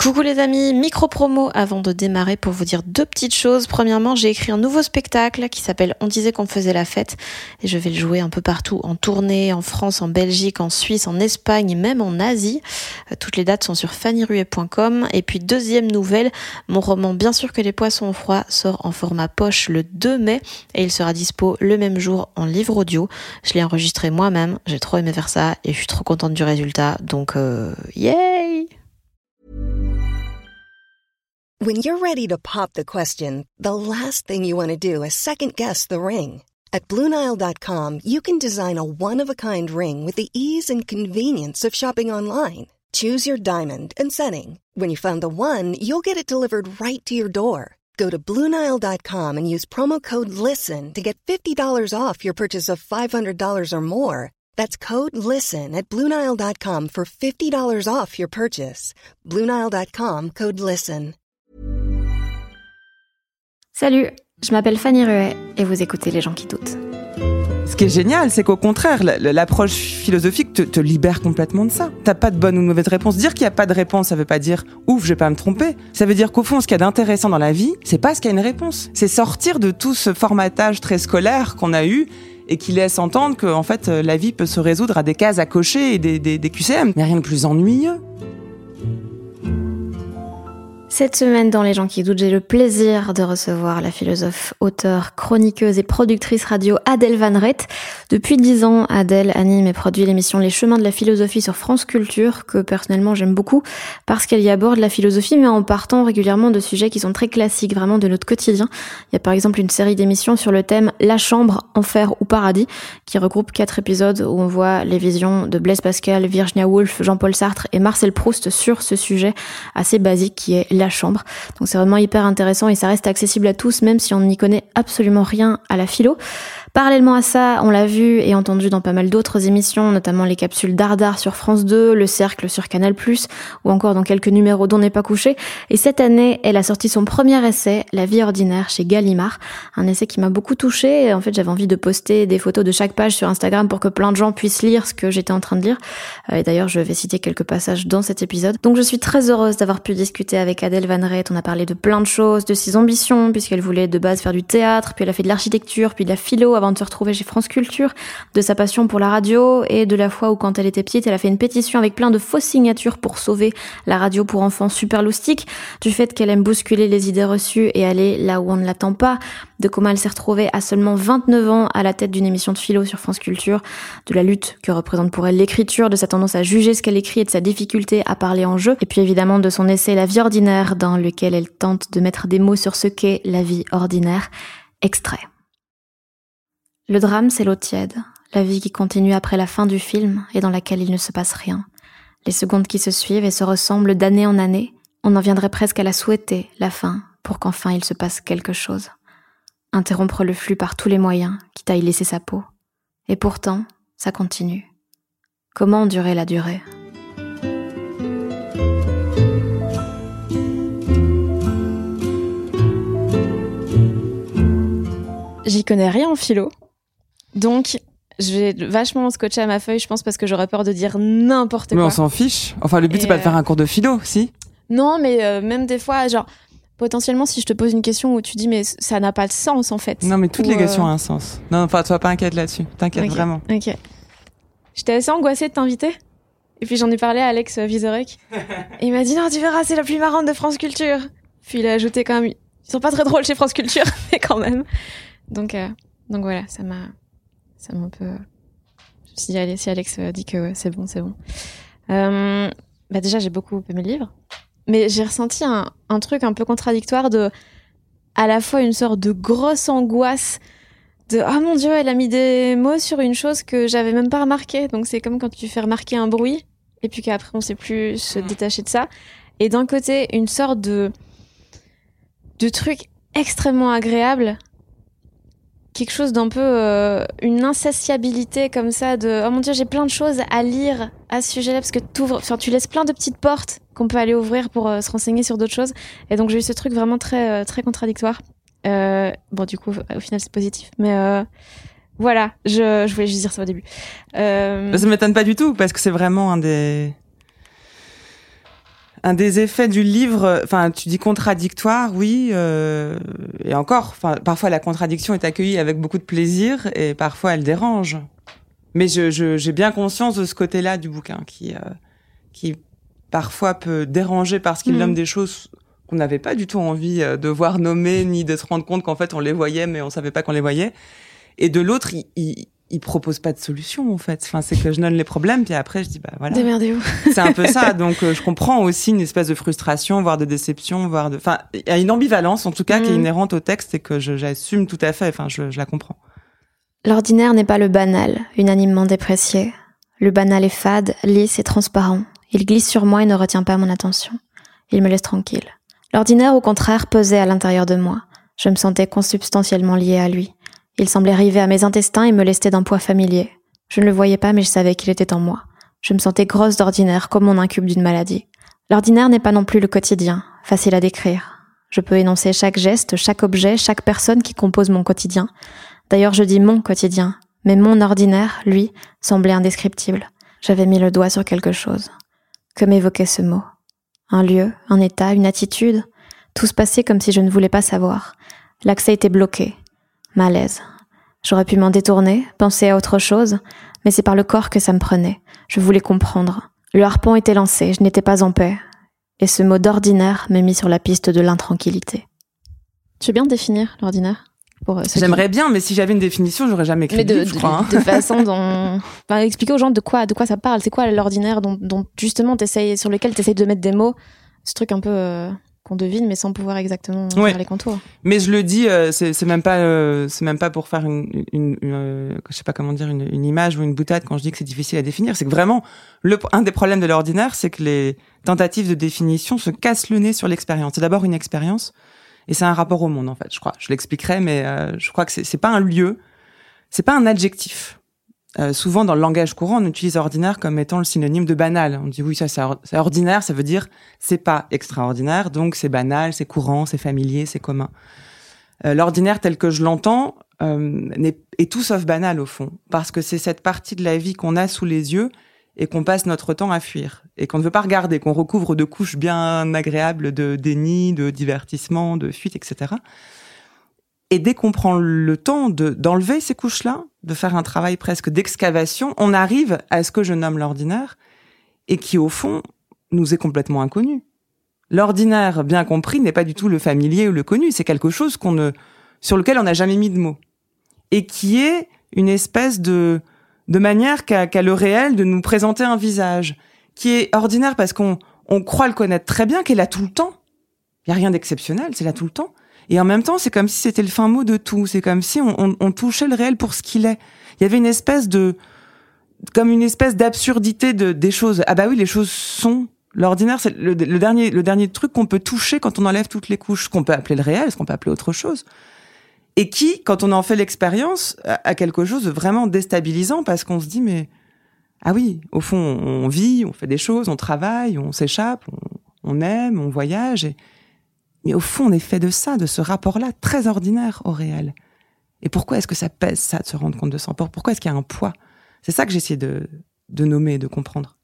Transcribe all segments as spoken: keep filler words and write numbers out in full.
Coucou les amis, micro-promo avant de démarrer pour vous dire deux petites choses. Premièrement, j'ai écrit un nouveau spectacle qui s'appelle On disait qu'on faisait la fête et je vais le jouer un peu partout en tournée, en France, en Belgique, en Suisse, en Espagne et même en Asie. Toutes les dates sont sur fanny ruet point com. Et puis deuxième nouvelle, mon roman Bien sûr que les poissons ont froid sort en format poche le deux mai et il sera dispo le même jour en livre audio. Je l'ai enregistré moi-même, j'ai trop aimé faire ça et je suis trop contente du résultat, donc euh, yay! When you're ready to pop the question, the last thing you want to do is second-guess the ring. At Blue Nile dot com, you can design a one-of-a-kind ring with the ease and convenience of shopping online. Choose your diamond and setting. When you find the one, you'll get it delivered right to your door. Go to Blue Nile dot com and use promo code LISTEN to get fifty dollars off your purchase of five hundred dollars or more. That's code LISTEN at Blue Nile dot com for fifty dollars off your purchase. Blue Nile dot com, code LISTEN. Salut, je m'appelle Fanny Ruet et vous écoutez Les gens qui doutent. Ce qui est génial, c'est qu'au contraire, l'approche philosophique te, te libère complètement de ça. T'as pas de bonne ou de mauvaise réponse. Dire qu'il n'y a pas de réponse, ça veut pas dire « ouf, je vais pas me tromper ». Ça veut dire qu'au fond, ce qu'il y a d'intéressant dans la vie, c'est pas ce qu'il y a une réponse. C'est sortir de tout ce formatage très scolaire qu'on a eu et qui laisse entendre que en fait, la vie peut se résoudre à des cases à cocher et des, des, des Q C M. Mais rien de plus ennuyeux. Cette semaine, dans Les gens qui doutent, j'ai le plaisir de recevoir la philosophe, auteure, chroniqueuse et productrice radio Adèle Van Rett. Depuis dix ans, Adèle anime et produit l'émission Les chemins de la philosophie sur France Culture, que personnellement j'aime beaucoup, parce qu'elle y aborde la philosophie, mais en partant régulièrement de sujets qui sont très classiques, vraiment de notre quotidien. Il y a par exemple une série d'émissions sur le thème La chambre, enfer ou paradis, qui regroupe quatre épisodes où on voit les visions de Blaise Pascal, Virginia Woolf, Jean-Paul Sartre et Marcel Proust sur ce sujet assez basique qui est la chambre. Donc c'est vraiment hyper intéressant et ça reste accessible à tous, même si on n'y connaît absolument rien à la philo. Parallèlement à ça, on l'a vu et entendu dans pas mal d'autres émissions, notamment les capsules Dardar sur France deux, Le Cercle sur Canal plus, ou encore dans quelques numéros d'On n'est pas couché. Et cette année, elle a sorti son premier essai, La vie ordinaire, chez Gallimard. Un essai qui m'a beaucoup touchée. Et en fait, j'avais envie de poster des photos de chaque page sur Instagram pour que plein de gens puissent lire ce que j'étais en train de lire. Et d'ailleurs, je vais citer quelques passages dans cet épisode. Donc je suis très heureuse d'avoir pu discuter avec Adèle Van Rett. On a parlé de plein de choses, de ses ambitions, puisqu'elle voulait de base faire du théâtre, puis elle a fait de l'architecture, puis de la philo, avant de se retrouver chez France Culture, de sa passion pour la radio et de la fois où quand elle était petite, elle a fait une pétition avec plein de fausses signatures pour sauver la radio pour enfants super loustique, du fait qu'elle aime bousculer les idées reçues et aller là où on ne l'attend pas, de comment elle s'est retrouvée à seulement vingt-neuf ans à la tête d'une émission de philo sur France Culture, de la lutte que représente pour elle l'écriture, de sa tendance à juger ce qu'elle écrit et de sa difficulté à parler en jeu, et puis évidemment de son essai La vie ordinaire, dans lequel elle tente de mettre des mots sur ce qu'est la vie ordinaire. Extrait. Le drame, c'est l'eau tiède, la vie qui continue après la fin du film et dans laquelle il ne se passe rien. Les secondes qui se suivent et se ressemblent d'année en année, on en viendrait presque à la souhaiter, la fin, pour qu'enfin il se passe quelque chose. Interrompre le flux par tous les moyens, quitte à y laisser sa peau. Et pourtant, ça continue. Comment endurer la durée ? J'y connais rien en philo. Donc, je vais vachement scotcher à ma feuille, je pense, parce que j'aurais peur de dire n'importe quoi. Mais on s'en fiche. Enfin, le but, Et c'est pas euh... de faire un cours de philo, si ? Non, mais euh, même des fois, genre, potentiellement, si je te pose une question où tu dis, mais ça n'a pas de sens, en fait. Non, mais toutes ou, les questions euh... ont un sens. Non, enfin, sois pas inquiète là-dessus. T'inquiète, okay. vraiment. Ok. J'étais assez angoissée de t'inviter. Et puis, j'en ai parlé à Alex Vizorek. Et il m'a dit, non, tu verras, c'est la plus marrante de France Culture. Puis, il a ajouté quand même, ils sont pas très drôles chez France Culture, mais quand même. Donc, euh, donc voilà, ça m'a... Ça m'a un peu... Je me suis dit, allez, si Alex dit que ouais, c'est bon, c'est bon. Euh, bah déjà, j'ai beaucoup aimé le livre. Mais j'ai ressenti un, un truc un peu contradictoire de... À la fois une sorte de grosse angoisse de « Oh mon Dieu, elle a mis des mots sur une chose que j'avais même pas remarqué. » Donc c'est comme quand tu fais remarquer un bruit et puis qu'après on sait plus se détacher de ça. Et d'un côté, une sorte de... de truc extrêmement agréable, quelque chose d'un peu euh, une insatiabilité comme ça de oh mon Dieu, j'ai plein de choses à lire à ce sujet-là, parce que t'ouvres, enfin tu laisses plein de petites portes qu'on peut aller ouvrir pour euh, se renseigner sur d'autres choses. Et donc j'ai eu ce truc vraiment très euh, très contradictoire. Euh, bon du coup au final c'est positif, mais euh, voilà, je je voulais juste dire ça au début. Euh... Ça m'étonne pas du tout, parce que c'est vraiment un des Un des effets du livre, enfin, tu dis contradictoire, oui, euh, et encore, enfin, parfois la contradiction est accueillie avec beaucoup de plaisir et parfois elle dérange. Mais je, je, j'ai bien conscience de ce côté-là du bouquin qui, euh, qui parfois peut déranger parce qu'il mmh. nomme des choses qu'on n'avait pas du tout envie de voir nommer, ni de se rendre compte qu'en fait on les voyait, mais on savait pas qu'on les voyait. Et de l'autre, il, il il propose pas de solution en fait. Enfin, c'est que je donne les problèmes puis après je dis bah voilà. Démerdez-vous. C'est un peu ça. Donc euh, je comprends aussi une espèce de frustration, voire de déception, voire de. Enfin, il y a une ambivalence en tout cas mmh. qui est inhérente au texte et que je, j'assume tout à fait. Enfin, je, je la comprends. L'ordinaire n'est pas le banal, unanimement déprécié. Le banal est fade, lisse et transparent. Il glisse sur moi et ne retient pas mon attention. Il me laisse tranquille. L'ordinaire, au contraire, pesait à l'intérieur de moi. Je me sentais consubstantiellement liée à lui. Il semblait arriver à mes intestins et me lestait d'un poids familier. Je ne le voyais pas, mais je savais qu'il était en moi. Je me sentais grosse d'ordinaire, comme on incube d'une maladie. L'ordinaire n'est pas non plus le quotidien, facile à décrire. Je peux énoncer chaque geste, chaque objet, chaque personne qui compose mon quotidien. D'ailleurs, je dis mon quotidien, mais mon ordinaire, lui, semblait indescriptible. J'avais mis le doigt sur quelque chose. Que m'évoquait ce mot ? Un lieu, un état, une attitude ? Tout se passait comme si je ne voulais pas savoir. L'accès était bloqué. Malaise. J'aurais pu m'en détourner, penser à autre chose, mais c'est par le corps que ça me prenait. Je voulais comprendre. Le harpon était lancé, je n'étais pas en paix. Et ce mot d'ordinaire m'a mis sur la piste de l'intranquillité. Tu veux bien définir l'ordinaire ? Pour ceux J'aimerais qui... bien, mais si j'avais une définition, j'aurais jamais écrit mais de, de livre, je crois. De, de façon dont... Enfin, expliquer aux gens de quoi, de quoi ça parle. C'est quoi l'ordinaire dont, dont justement t'essayes, sur lequel tu essayes de mettre des mots. Ce truc un peu... Euh... qu'on devine mais sans pouvoir exactement ouais. faire les contours. Mais je le dis, euh, c'est, c'est même pas, euh, c'est même pas pour faire une, une, une euh, je sais pas comment dire, une, une image ou une boutade quand je dis que c'est difficile à définir. C'est que vraiment, le, un des problèmes de l'ordinaire, c'est que les tentatives de définition se cassent le nez sur l'expérience. C'est d'abord une expérience et c'est un rapport au monde en fait. Je crois, je l'expliquerai, mais euh, je crois que c'est, c'est pas un lieu, c'est pas un adjectif. Euh, souvent, dans le langage courant, on utilise ordinaire comme étant le synonyme de banal. On dit oui, ça, c'est, or- c'est ordinaire, ça veut dire c'est pas extraordinaire, donc c'est banal, c'est courant, c'est familier, c'est commun. Euh, l'ordinaire tel que je l'entends euh, n'est, est tout sauf banal au fond, parce que c'est cette partie de la vie qu'on a sous les yeux et qu'on passe notre temps à fuir, et qu'on ne veut pas regarder, qu'on recouvre de couches bien agréables de déni, de divertissement, de fuite, et cetera. Et dès qu'on prend le temps de, d'enlever ces couches-là, de faire un travail presque d'excavation, on arrive à ce que je nomme l'ordinaire, et qui, au fond, nous est complètement inconnu. L'ordinaire, bien compris, n'est pas du tout le familier ou le connu, c'est quelque chose qu'on ne, sur lequel on n'a jamais mis de mots. Et qui est une espèce de, de manière qu'a, qu'a le réel de nous présenter un visage, qui est ordinaire parce qu'on, on croit le connaître très bien, qu'elle est là tout le temps. Il n'y a rien d'exceptionnel, c'est là tout le temps. Et en même temps, c'est comme si c'était le fin mot de tout. C'est comme si on, on, on touchait le réel pour ce qu'il est. Il y avait une espèce de, comme une espèce d'absurdité de, des choses. Ah bah oui, les choses sont. L'ordinaire, c'est le, le dernier, le dernier truc qu'on peut toucher quand on enlève toutes les couches. Ce qu'on peut appeler le réel, ce qu'on peut appeler autre chose. Et qui, quand on en fait l'expérience, a, a quelque chose de vraiment déstabilisant parce qu'on se dit, mais, ah oui, au fond, on vit, on fait des choses, on travaille, on s'échappe, on, on aime, on voyage et, mais au fond, on est fait de ça, de ce rapport-là très ordinaire au réel. Et pourquoi est-ce que ça pèse, ça, de se rendre compte de ça ? Pourquoi est-ce qu'il y a un poids ? C'est ça que j'essaie de, de nommer, de comprendre.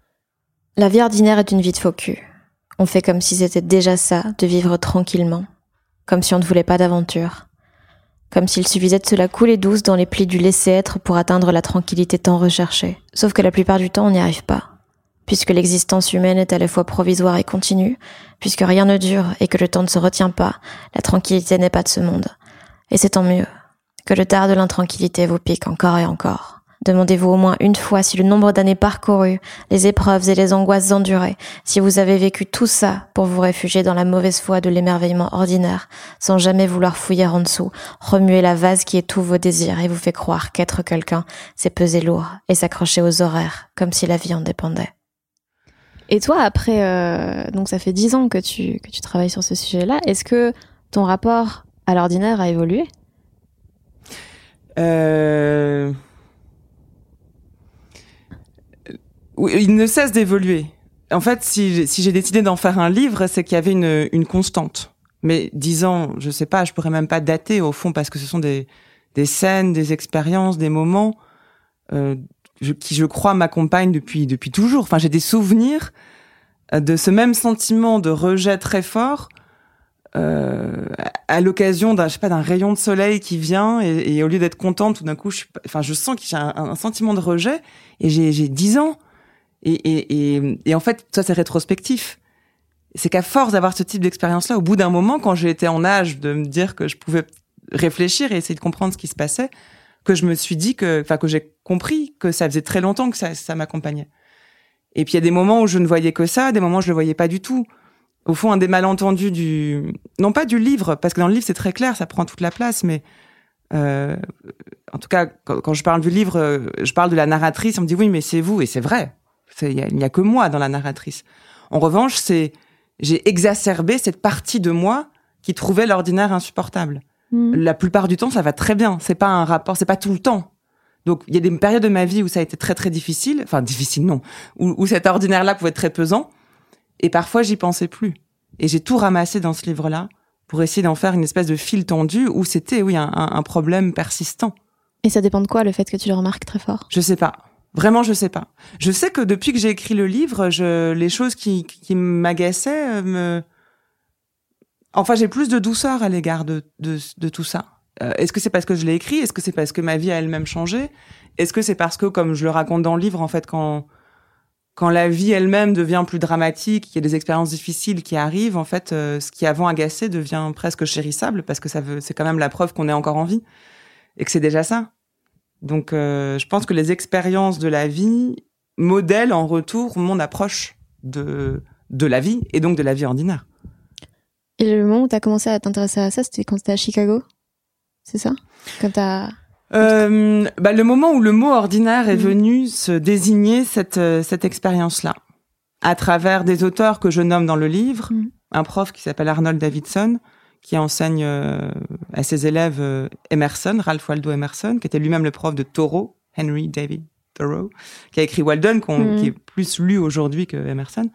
La vie ordinaire est une vie de faux cul. On fait comme si c'était déjà ça, de vivre tranquillement. Comme si on ne voulait pas d'aventure. Comme s'il suffisait de se la couler douce dans les plis du laisser-être pour atteindre la tranquillité tant recherchée. Sauf que la plupart du temps, on n'y arrive pas. Puisque l'existence humaine est à la fois provisoire et continue, puisque rien ne dure et que le temps ne se retient pas, la tranquillité n'est pas de ce monde. Et c'est tant mieux. Que le dard de l'intranquillité vous pique encore et encore. Demandez-vous au moins une fois si le nombre d'années parcourues, les épreuves et les angoisses endurées, si vous avez vécu tout ça pour vous réfugier dans la mauvaise foi de l'émerveillement ordinaire, sans jamais vouloir fouiller en dessous, remuer la vase qui étouffe vos désirs et vous fait croire qu'être quelqu'un, c'est peser lourd et s'accrocher aux horaires, comme si la vie en dépendait. Et toi, après, euh, donc ça fait dix ans que tu, que tu travailles sur ce sujet-là, est-ce que ton rapport à l'ordinaire a évolué ? Euh... Oui, il ne cesse d'évoluer. En fait, si, si j'ai décidé d'en faire un livre, c'est qu'il y avait une, une constante. Mais dix ans, je sais pas, je pourrais même pas dater au fond, parce que ce sont des, des scènes, des expériences, des moments euh, je, qui, je crois, m'accompagnent depuis, depuis toujours. Enfin, j'ai des souvenirs de ce même sentiment de rejet très fort euh, à l'occasion d'un, je sais pas, d'un rayon de soleil qui vient et, et au lieu d'être contente, tout d'un coup, je suis, enfin, je sens que j'ai un, un sentiment de rejet et j'ai, j'ai dix ans et, et, et, et en fait, ça c'est rétrospectif. C'est qu'à force d'avoir ce type d'expérience-là, au bout d'un moment, quand j'ai été en âge de me dire que je pouvais réfléchir et essayer de comprendre ce qui se passait, que je me suis dit que, enfin, que j'ai compris que ça faisait très longtemps que ça, ça m'accompagnait. Et puis il y a des moments où je ne voyais que ça, des moments où je le voyais pas du tout. Au fond, un des malentendus du, non pas du livre, parce que dans le livre c'est très clair, ça prend toute la place, mais euh, en tout cas, quand, quand je parle du livre, euh, je parle de la narratrice. On me dit oui, mais c'est vous, et c'est vrai. Il n'y a, a que moi dans la narratrice. En revanche, c'est j'ai exacerbé cette partie de moi qui trouvait l'ordinaire insupportable. Mmh. La plupart du temps, ça va très bien. C'est pas un rapport, c'est pas tout le temps. Donc, il y a des périodes de ma vie où ça a été très, très difficile. Enfin, difficile, non. Où, où cet ordinaire-là pouvait être très pesant. Et parfois, j'y pensais plus. Et j'ai tout ramassé dans ce livre-là pour essayer d'en faire une espèce de fil tendu où c'était, oui, un, un, un problème persistant. Et ça dépend de quoi, le fait que tu le remarques très fort? Je sais pas. Vraiment, je sais pas. Je sais que depuis que j'ai écrit le livre, je, les choses qui, qui m'agaçaient me... Enfin, j'ai plus de douceur à l'égard de, de, de tout ça. Euh, est-ce que c'est parce que je l'ai écrit? Est-ce que c'est parce que ma vie a elle-même changé? Est-ce que c'est parce que, comme je le raconte dans le livre, en fait, quand, quand la vie elle-même devient plus dramatique, il y a des expériences difficiles qui arrivent, en fait, euh, ce qui avant agaçait devient presque chérissable parce que ça veut, c'est quand même la preuve qu'on est encore en vie et que c'est déjà ça. Donc, euh, je pense que les expériences de la vie modèlent en retour mon approche de, de la vie et donc de la vie ordinaire. Et le moment où tu as commencé à t'intéresser à ça, c'était quand tu étais à Chicago? C'est ça? Quand t'as... Euh, bah, le moment où le mot ordinaire est mmh. venu se désigner cette, cette expérience-là. À travers des auteurs que je nomme dans le livre, mmh. un prof qui s'appelle Arnold Davidson, qui enseigne euh, à ses élèves euh, Emerson, Ralph Waldo Emerson, qui était lui-même le prof de Thoreau, Henry David Thoreau, qui a écrit Walden, qu'on, mmh. qui est plus lu aujourd'hui que Emerson.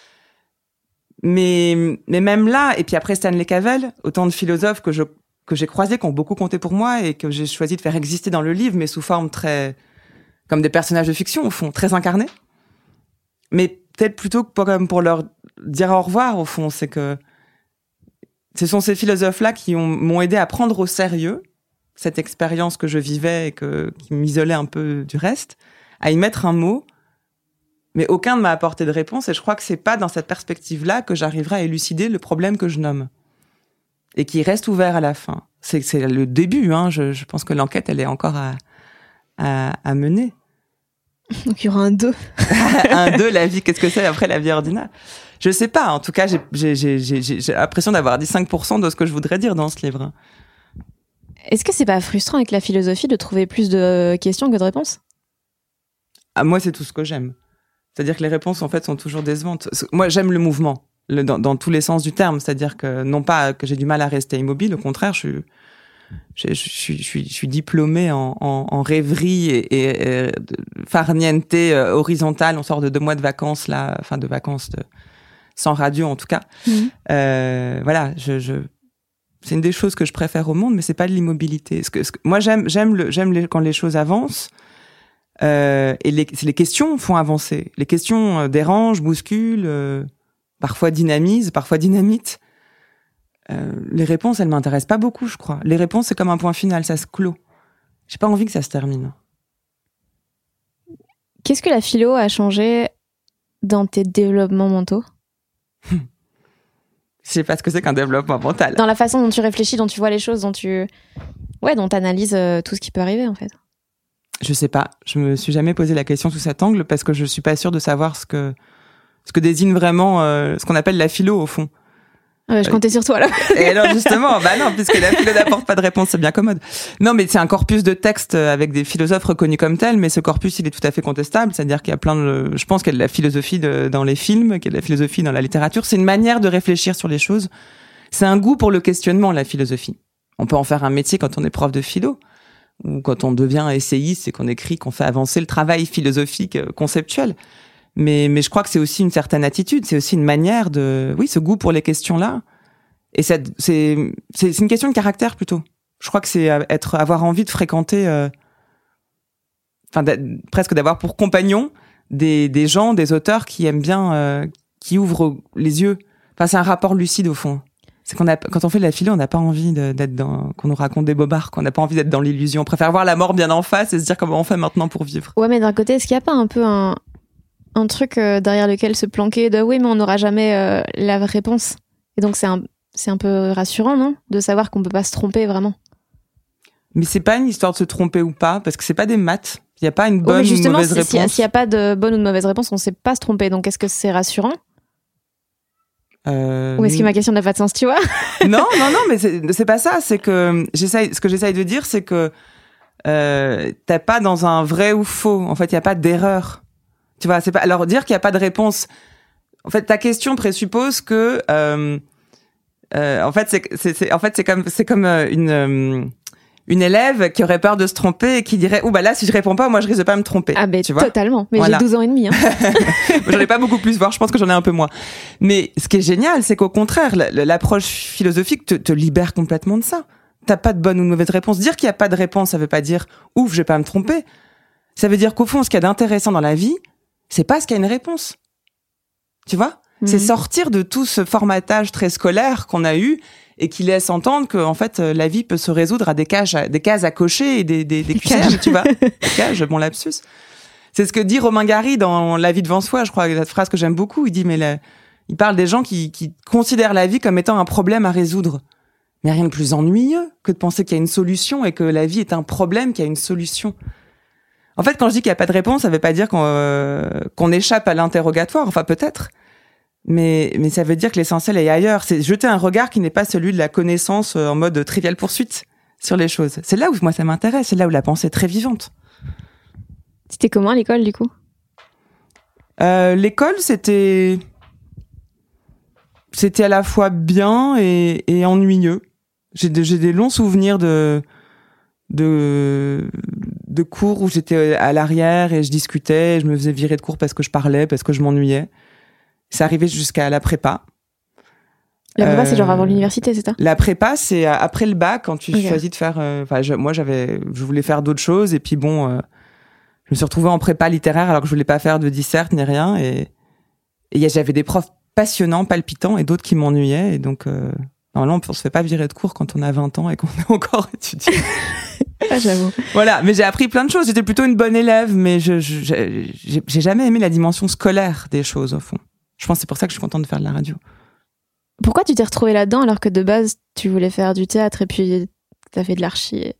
Mais, mais même là, et puis après Stanley Cavell, autant de philosophes que je, que j'ai croisés, qui ont beaucoup compté pour moi et que j'ai choisi de faire exister dans le livre, mais sous forme très, comme des personnages de fiction, au fond, très incarnés. Mais peut-être plutôt que pour, comme pour leur dire au revoir, au fond, c'est que ce sont ces philosophes-là qui ont, m'ont aidé à prendre au sérieux cette expérience que je vivais et que, qui m'isolait un peu du reste, à y mettre un mot, mais aucun ne m'a apporté de réponse et je crois que c'est pas dans cette perspective-là que j'arriverai à élucider le problème que je nomme et qui reste ouvert à la fin. C'est, c'est le début, hein. Je, je pense que l'enquête, elle est encore à, à, à mener. Donc il y aura un deux. un deux, la vie, qu'est-ce que c'est après la vie ordinaire? Je sais pas. En tout cas, j'ai, j'ai, j'ai, j'ai, j'ai l'impression d'avoir dit cinq pour cent de ce que je voudrais dire dans ce livre. Est-ce que c'est pas frustrant avec la philosophie de trouver plus de questions que de réponses? Ah, moi, c'est tout ce que j'aime. C'est-à-dire que les réponses, en fait, sont toujours décevantes. Moi, j'aime le mouvement, le, dans, dans tous les sens du terme. C'est-à-dire que, non pas que j'ai du mal à rester immobile, au contraire, je suis, je, je, je suis, je suis, je suis diplômée en, en, en rêverie et, et, et farniente horizontale. On sort de deux mois de vacances, là, enfin, de vacances de, sans radio, en tout cas. Mmh. Euh, voilà, je, je, c'est une des choses que je préfère au monde, mais c'est pas de l'immobilité. Ce que, ce que, moi, j'aime, j'aime le, j'aime les, quand les choses avancent. Euh, et les, les questions font avancer. Les questions euh, dérangent, bousculent, euh, parfois dynamisent, parfois dynamitent. Euh, les réponses, elles m'intéressent pas beaucoup, je crois. Les réponses, c'est comme un point final, ça se clôt. J'ai pas envie que ça se termine. Qu'est-ce que la philo a changé dans tes développements mentaux? Je sais pas ce que c'est qu'un développement mental. Dans la façon dont tu réfléchis, dont tu vois les choses, dont tu, ouais, dont t'analyses euh, tout ce qui peut arriver, en fait. Je sais pas. Je me suis jamais posé la question sous cet angle parce que je suis pas sûre de savoir ce que ce que désigne vraiment euh, ce qu'on appelle la philo au fond. Ouais, je comptais sur toi là. Et alors justement, bah non, puisque la philo n'apporte pas de réponse, c'est bien commode. Non, mais c'est un corpus de textes avec des philosophes reconnus comme tels, mais ce corpus il est tout à fait contestable. C'est-à-dire qu'il y a plein de, je pense qu'il y a de la philosophie de, dans les films, qu'il y a de la philosophie dans la littérature. C'est une manière de réfléchir sur les choses. C'est un goût pour le questionnement, la philosophie. On peut en faire un métier quand on est prof de philo. Ou quand on devient essayiste et qu'on écrit, qu'on fait avancer le travail philosophique conceptuel. Mais, mais je crois que c'est aussi une certaine attitude, c'est aussi une manière de, oui, ce goût pour les questions-là. Et c'est, c'est, c'est, c'est une question de caractère plutôt. Je crois que c'est être, avoir envie de fréquenter, euh, enfin, presque d'avoir pour compagnon des, des gens, des auteurs qui aiment bien, euh, qui ouvre les yeux. Enfin, c'est un rapport lucide au fond. C'est qu'on a, quand on fait de la philo, on n'a pas envie de, d'être dans, qu'on nous raconte des bobards, qu'on n'a pas envie d'être dans l'illusion. On préfère voir la mort bien en face et se dire comment on fait maintenant pour vivre. Ouais, mais d'un côté, est-ce qu'il n'y a pas un peu un, un truc euh, derrière lequel se planquer de oui, mais on n'aura jamais euh, la réponse. Et donc, c'est un, c'est un peu rassurant, non? De savoir qu'on peut pas se tromper vraiment. Mais c'est pas une histoire de se tromper ou pas, parce que c'est pas des maths. Il n'y a pas une bonne oh, ou une mauvaise si, réponse. S'il n'y a pas de bonne ou de mauvaise réponse, on ne sait pas se tromper. Donc, est-ce que c'est rassurant? Euh... Ou est-ce que ma question n'a pas de sens, tu vois? Non, non, non, mais c'est, c'est pas ça. C'est que j'essaye, ce que j'essaye de dire, c'est que euh, t'es pas dans un vrai ou faux. En fait, il y a pas d'erreur. Tu vois, c'est pas. Alors dire qu'il y a pas de réponse. En fait, ta question présuppose que. Euh, euh, en fait, c'est, c'est, c'est, en fait, c'est comme, c'est comme une. Euh, une élève qui aurait peur de se tromper et qui dirait « Oh bah là, si je réponds pas, moi je risque de pas me tromper. » Ah ben tu vois totalement, mais voilà. J'ai douze ans et demi. Hein. J'en ai pas beaucoup plus, voire je pense que j'en ai un peu moins. Mais ce qui est génial, c'est qu'au contraire, l'approche philosophique te, te libère complètement de ça. T'as pas de bonne ou de mauvaise réponse. Dire qu'il y a pas de réponse, ça veut pas dire « Ouf, je vais pas me tromper ». Ça veut dire qu'au fond, ce qu'il y a d'intéressant dans la vie, c'est pas ce qu'il y a une réponse. Tu vois ? Mmh. C'est sortir de tout ce formatage très scolaire qu'on a eu et qui laisse entendre que en fait la vie peut se résoudre à des cases à, des cases à cocher et des des, des Q C M, tu vois, des cages, bon lapsus. C'est ce que dit Romain Gary dans La vie devant soi, je crois, cette phrase que j'aime beaucoup. Il dit mais la, il parle des gens qui qui considèrent la vie comme étant un problème à résoudre. Mais rien de plus ennuyeux que de penser qu'il y a une solution et que la vie est un problème qui a une solution. En fait, quand je dis qu'il y a pas de réponse, ça veut pas dire qu'on euh, qu'on échappe à l'interrogatoire, enfin peut-être. Mais, mais ça veut dire que l'essentiel est ailleurs. C'est jeter un regard qui n'est pas celui de la connaissance en mode trivial poursuite sur les choses. C'est là où moi ça m'intéresse. C'est là où la pensée est très vivante. C'était comment à l'école du coup ? euh, L'école, c'était c'était à la fois bien et, et ennuyeux. J'ai, de, j'ai des longs souvenirs de de de cours où j'étais à l'arrière et je discutais. Et je me faisais virer de cours parce que je parlais, parce que je m'ennuyais. C'est arrivé jusqu'à la prépa. La prépa, euh, c'est genre avant l'université, l'université, c'est ça ? La prépa, c'est après le bac, quand tu okay. choisis de faire... Enfin, euh, moi, j'avais, je voulais faire d'autres choses. Et puis bon, euh, je me suis retrouvée en prépa littéraire alors que je voulais pas faire de dissert ni rien. Et, et j'avais des profs passionnants, palpitants, et d'autres qui m'ennuyaient. Et donc, euh, normalement, on se fait pas virer de cours quand on a vingt ans et qu'on est encore étudiant. Ah, j'avoue. Voilà, mais j'ai appris plein de choses. J'étais plutôt une bonne élève, mais je, je, j'ai, j'ai jamais aimé la dimension scolaire des choses, au fond. Je pense que c'est pour ça que je suis contente de faire de la radio. Pourquoi tu t'es retrouvée là-dedans alors que de base, tu voulais faire du théâtre et puis t'as fait de l'archi et...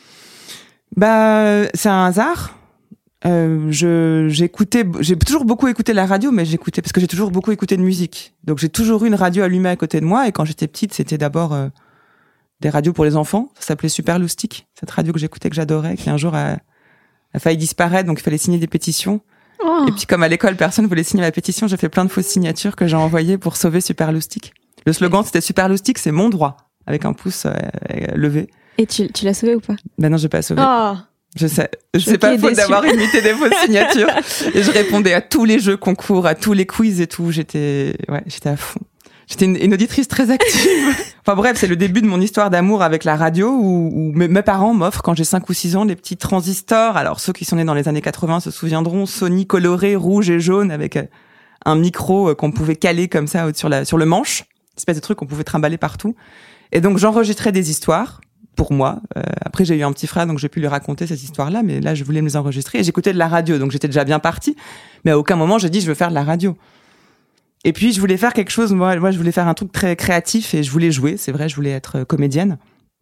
Bah, c'est un hasard. Euh, je, j'écoutais, j'ai toujours beaucoup écouté la radio, mais j'écoutais, parce que j'ai toujours beaucoup écouté de musique. Donc j'ai toujours eu une radio allumée à côté de moi, et quand j'étais petite, c'était d'abord euh, des radios pour les enfants. Ça s'appelait Superloustic, cette radio que j'écoutais, que j'adorais, qui un jour a, a failli disparaître, donc il fallait signer des pétitions. Oh. Et puis comme à l'école, personne voulait signer ma pétition, j'ai fait plein de fausses signatures que j'ai envoyées pour sauver Superloustic. Le slogan, c'était Superloustic, c'est mon droit, avec un pouce euh, levé. Et tu, tu l'as sauvé ou pas ? Ben non, j'ai pas sauvé. Oh. Je sais, je sais pas faute d'avoir imité des fausses signatures. Et je répondais à tous les jeux concours, à tous les quiz et tout. J'étais, ouais, j'étais à fond. J'étais une, une auditrice très active. Enfin bref, c'est le début de mon histoire d'amour avec la radio où, où mes, mes parents m'offrent, quand j'ai cinq ou six ans, des petits transistors. Alors ceux qui sont nés dans les années quatre-vingts se souviendront, Sony coloré, rouge et jaune, avec un micro qu'on pouvait caler comme ça sur, la, sur le manche. Une espèce de truc qu'on pouvait trimballer partout. Et donc j'enregistrais des histoires pour moi. Euh, après j'ai eu un petit frère, donc j'ai pu lui raconter ces histoires-là, mais là je voulais me les enregistrer. Et j'écoutais de la radio, donc j'étais déjà bien partie. Mais à aucun moment j'ai dit je veux faire de la radio. Et puis, je voulais faire quelque chose, moi, moi, je voulais faire un truc très créatif et je voulais jouer, c'est vrai, je voulais être comédienne.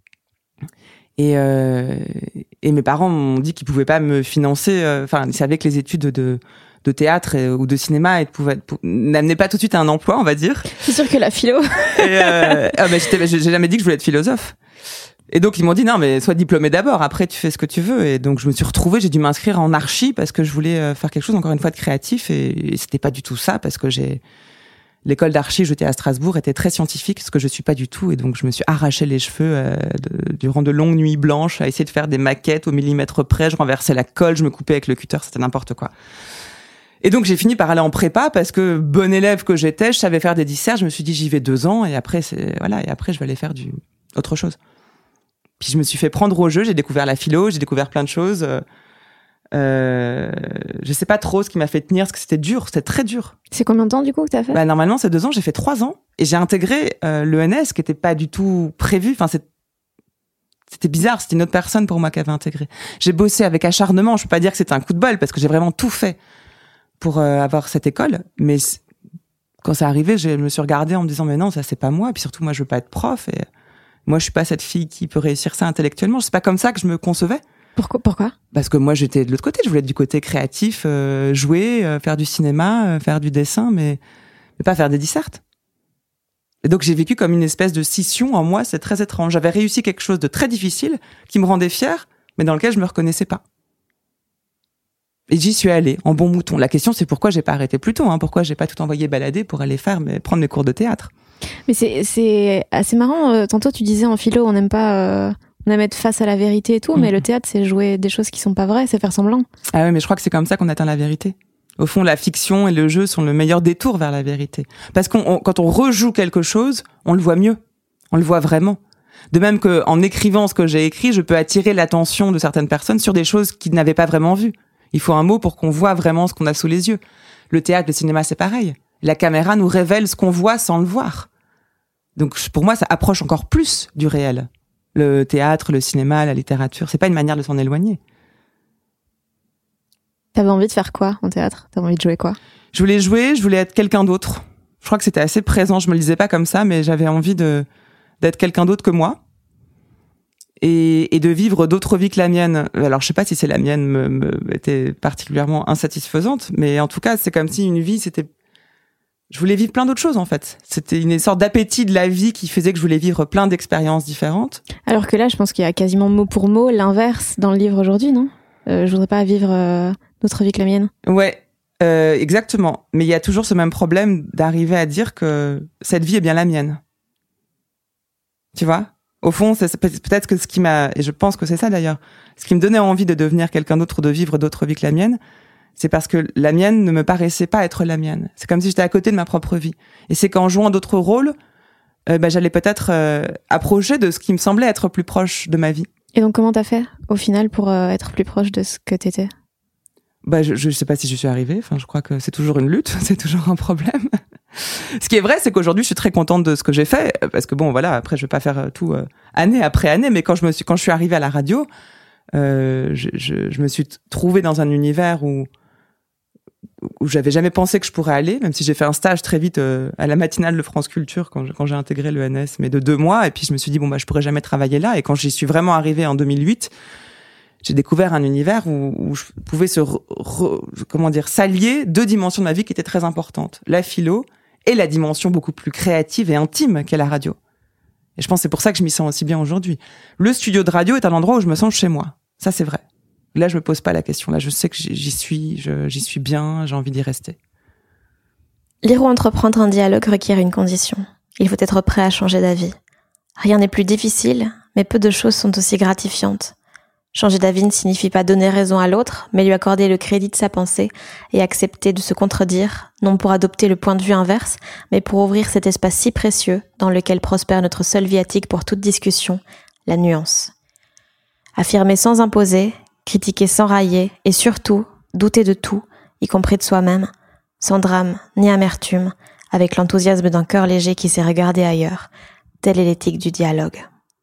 Et, euh, et mes parents m'ont dit qu'ils pouvaient pas me financer, enfin, euh, ils savaient que les études de, de théâtre et, ou de cinéma et pouvaient, pour, n'amenaient pas tout de suite à un emploi, on va dire. C'est sûr que la philo. et, euh, ah, mais j'étais, j'ai jamais dit que je voulais être philosophe. Et donc, ils m'ont dit, non, mais sois diplômé d'abord, après tu fais ce que tu veux. Et donc, je me suis retrouvée, j'ai dû m'inscrire en archi parce que je voulais faire quelque chose, encore une fois, de créatif. Et, et c'était pas du tout ça parce que j'ai, l'école d'archi, j'étais à Strasbourg, était très scientifique, ce que je suis pas du tout. Et donc, je me suis arraché les cheveux euh, de, durant de longues nuits blanches à essayer de faire des maquettes au millimètre près. Je renversais la colle, je me coupais avec le cutter, c'était n'importe quoi. Et donc, j'ai fini par aller en prépa parce que, bonne élève que j'étais, je savais faire des disserts. Je me suis dit, j'y vais deux ans et après, c'est, voilà, et après, je vais aller faire du, autre chose. Puis, je me suis fait prendre au jeu, j'ai découvert la philo, j'ai découvert plein de choses. Euh, Euh, je sais pas trop ce qui m'a fait tenir, parce que c'était dur, c'était très dur. C'est combien de temps, du coup, que t'as fait? Bah, normalement, c'est deux ans, j'ai fait trois ans. Et j'ai intégré euh, l'E N S, qui était pas du tout prévu. Enfin, c'est... c'était bizarre, c'était une autre personne pour moi qui avait intégré. J'ai bossé avec acharnement, je peux pas dire que c'était un coup de bol, parce que j'ai vraiment tout fait pour euh, avoir cette école. Mais c- quand c'est arrivé, je me suis regardée en me disant, mais non, ça, c'est pas moi. Et puis surtout, moi, je veux pas être prof. Et moi, je suis pas cette fille qui peut réussir ça intellectuellement. C'est pas comme ça que je me concevais. Pourquoi, pourquoi? Parce que moi, j'étais de l'autre côté. Je voulais être du côté créatif, euh, jouer, euh, faire du cinéma, euh, faire du dessin, mais, mais pas faire des dissertes. Et donc, j'ai vécu comme une espèce de scission en moi. C'est très étrange. J'avais réussi quelque chose de très difficile qui me rendait fière, mais dans lequel je me reconnaissais pas. Et j'y suis allée, en bon mouton. La question, c'est pourquoi j'ai pas arrêté plus tôt, hein. Pourquoi j'ai pas tout envoyé balader pour aller faire, mais, prendre mes cours de théâtre. Mais c'est, c'est assez marrant. euh, Tantôt, tu disais en philo, on n'aime pas... Euh... On aime être face à la vérité et tout, mmh. mais le théâtre, c'est jouer des choses qui sont pas vraies, c'est faire semblant. Ah oui, mais je crois que c'est comme ça qu'on atteint la vérité. Au fond, la fiction et le jeu sont le meilleur détour vers la vérité. Parce qu'on, on, quand on rejoue quelque chose, on le voit mieux. On le voit vraiment. De même qu'en écrivant ce que j'ai écrit, je peux attirer l'attention de certaines personnes sur des choses qu'ils n'avaient pas vraiment vues. Il faut un mot pour qu'on voit vraiment ce qu'on a sous les yeux. Le théâtre, le cinéma, c'est pareil. La caméra nous révèle ce qu'on voit sans le voir. Donc, pour moi, ça approche encore plus du réel. Le théâtre, le cinéma, la littérature, c'est pas une manière de s'en éloigner. T'avais envie de faire quoi en théâtre? T'avais envie de jouer quoi? Je voulais jouer, je voulais être quelqu'un d'autre. Je crois que c'était assez présent, je me le disais pas comme ça, mais j'avais envie de d'être quelqu'un d'autre que moi et, et de vivre d'autres vies que la mienne. Alors je sais pas si c'est la mienne me, me était particulièrement insatisfaisante, mais en tout cas c'est comme si une vie c'était... Je voulais vivre plein d'autres choses, en fait. C'était une sorte d'appétit de la vie qui faisait que je voulais vivre plein d'expériences différentes. Alors que là, je pense qu'il y a quasiment mot pour mot l'inverse dans le livre aujourd'hui, non? euh, Je voudrais pas vivre euh, d'autre vie que la mienne. Ouais, euh, exactement. Mais il y a toujours ce même problème d'arriver à dire que cette vie est bien la mienne. Tu vois? Au fond, c'est peut-être que ce qui m'a... Et je pense que c'est ça, d'ailleurs. Ce qui me donnait envie de devenir quelqu'un d'autre ou de vivre d'autres vies que la mienne, c'est parce que la mienne ne me paraissait pas être la mienne. C'est comme si j'étais à côté de ma propre vie. Et c'est qu'en jouant d'autres rôles, euh, bah, j'allais peut-être euh, approcher de ce qui me semblait être plus proche de ma vie. Et donc, comment t'as fait, au final, pour euh, être plus proche de ce que t'étais? Bah, je, je sais pas si je suis arrivée. Enfin, je crois que c'est toujours une lutte, c'est toujours un problème. Ce qui est vrai, c'est qu'aujourd'hui, je suis très contente de ce que j'ai fait, parce que bon, voilà, après, je vais pas faire tout euh, année après année, mais quand je me suis, quand je suis arrivée à la radio, euh, je, je, je me suis trouvée dans un univers où où j'avais jamais pensé que je pourrais aller, même si j'ai fait un stage très vite euh, à la matinale de France Culture quand, je, quand j'ai intégré l'E N S, mais de deux mois, et puis je me suis dit bon bah je pourrais jamais travailler là, et quand j'y suis vraiment arrivée en deux mille huit, j'ai découvert un univers où, où je pouvais se re, re, comment dire s'allier deux dimensions de ma vie qui étaient très importantes, la philo et la dimension beaucoup plus créative et intime qu'est la radio. Et je pense que c'est pour ça que je m'y sens aussi bien aujourd'hui. Le studio de radio est un endroit où je me sens chez moi, ça c'est vrai. Là, je me pose pas la question. Là, je sais que j'y suis, je, j'y suis bien, j'ai envie d'y rester. Lire ou entreprendre un dialogue requiert une condition. Il faut être prêt à changer d'avis. Rien n'est plus difficile, mais peu de choses sont aussi gratifiantes. Changer d'avis ne signifie pas donner raison à l'autre, mais lui accorder le crédit de sa pensée et accepter de se contredire, non pour adopter le point de vue inverse, mais pour ouvrir cet espace si précieux dans lequel prospère notre seul viatique pour toute discussion, la nuance. Affirmer sans imposer, critiquer sans railler, et surtout, douter de tout, y compris de soi-même, sans drame ni amertume, avec l'enthousiasme d'un cœur léger qui s'est regardé ailleurs. Telle est l'éthique du dialogue.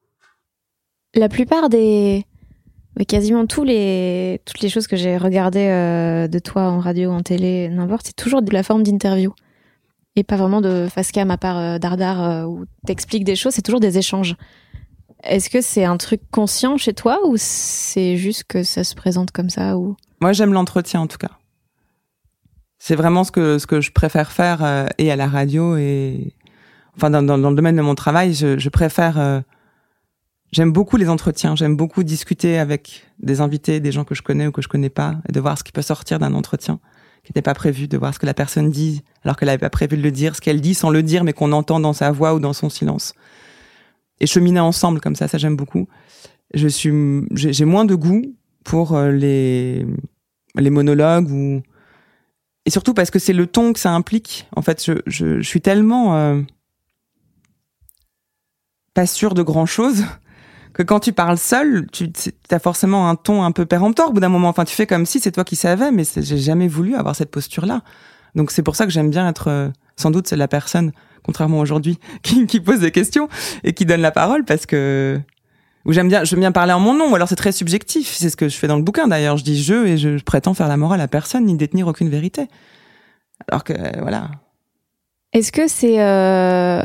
La plupart des... Mais quasiment tous les... toutes les choses que j'ai regardées euh, de toi en radio, en télé, n'importe, c'est toujours de la forme d'interview. Et pas vraiment de face cam à part euh, dardar euh, où t'expliques des choses, c'est toujours des échanges. Est-ce que c'est un truc conscient chez toi ou c'est juste que ça se présente comme ça ou... Moi, j'aime l'entretien en tout cas. C'est vraiment ce que ce que je préfère faire euh, et à la radio et enfin dans dans, dans le domaine de mon travail, je, je préfère. Euh... J'aime beaucoup les entretiens. J'aime beaucoup discuter avec des invités, des gens que je connais ou que je connais pas, et de voir ce qui peut sortir d'un entretien qui n'était pas prévu, de voir ce que la personne dit alors qu'elle n'avait pas prévu de le dire, ce qu'elle dit sans le dire mais qu'on entend dans sa voix ou dans son silence. Et cheminer ensemble comme ça, ça j'aime beaucoup. Je suis, j'ai, j'ai moins de goût pour les les monologues ou et surtout parce que c'est le ton que ça implique. En fait, je je, je suis tellement euh, pas sûre de grand chose que quand tu parles seul, tu as forcément un ton un peu péremptoire au bout d'un moment. Enfin, tu fais comme si c'est toi qui savais, mais j'ai jamais voulu avoir cette posture-là. Donc c'est pour ça que j'aime bien être, euh, sans doute, c'est la personne, contrairement à aujourd'hui, qui, qui pose des questions et qui donne la parole, parce que ou j'aime bien, j'aime bien parler en mon nom. Ou alors c'est très subjectif. C'est ce que je fais dans le bouquin d'ailleurs. Je dis je et je, je prétends faire la morale à personne ni détenir aucune vérité. Alors que euh, voilà. Est-ce que c'est euh,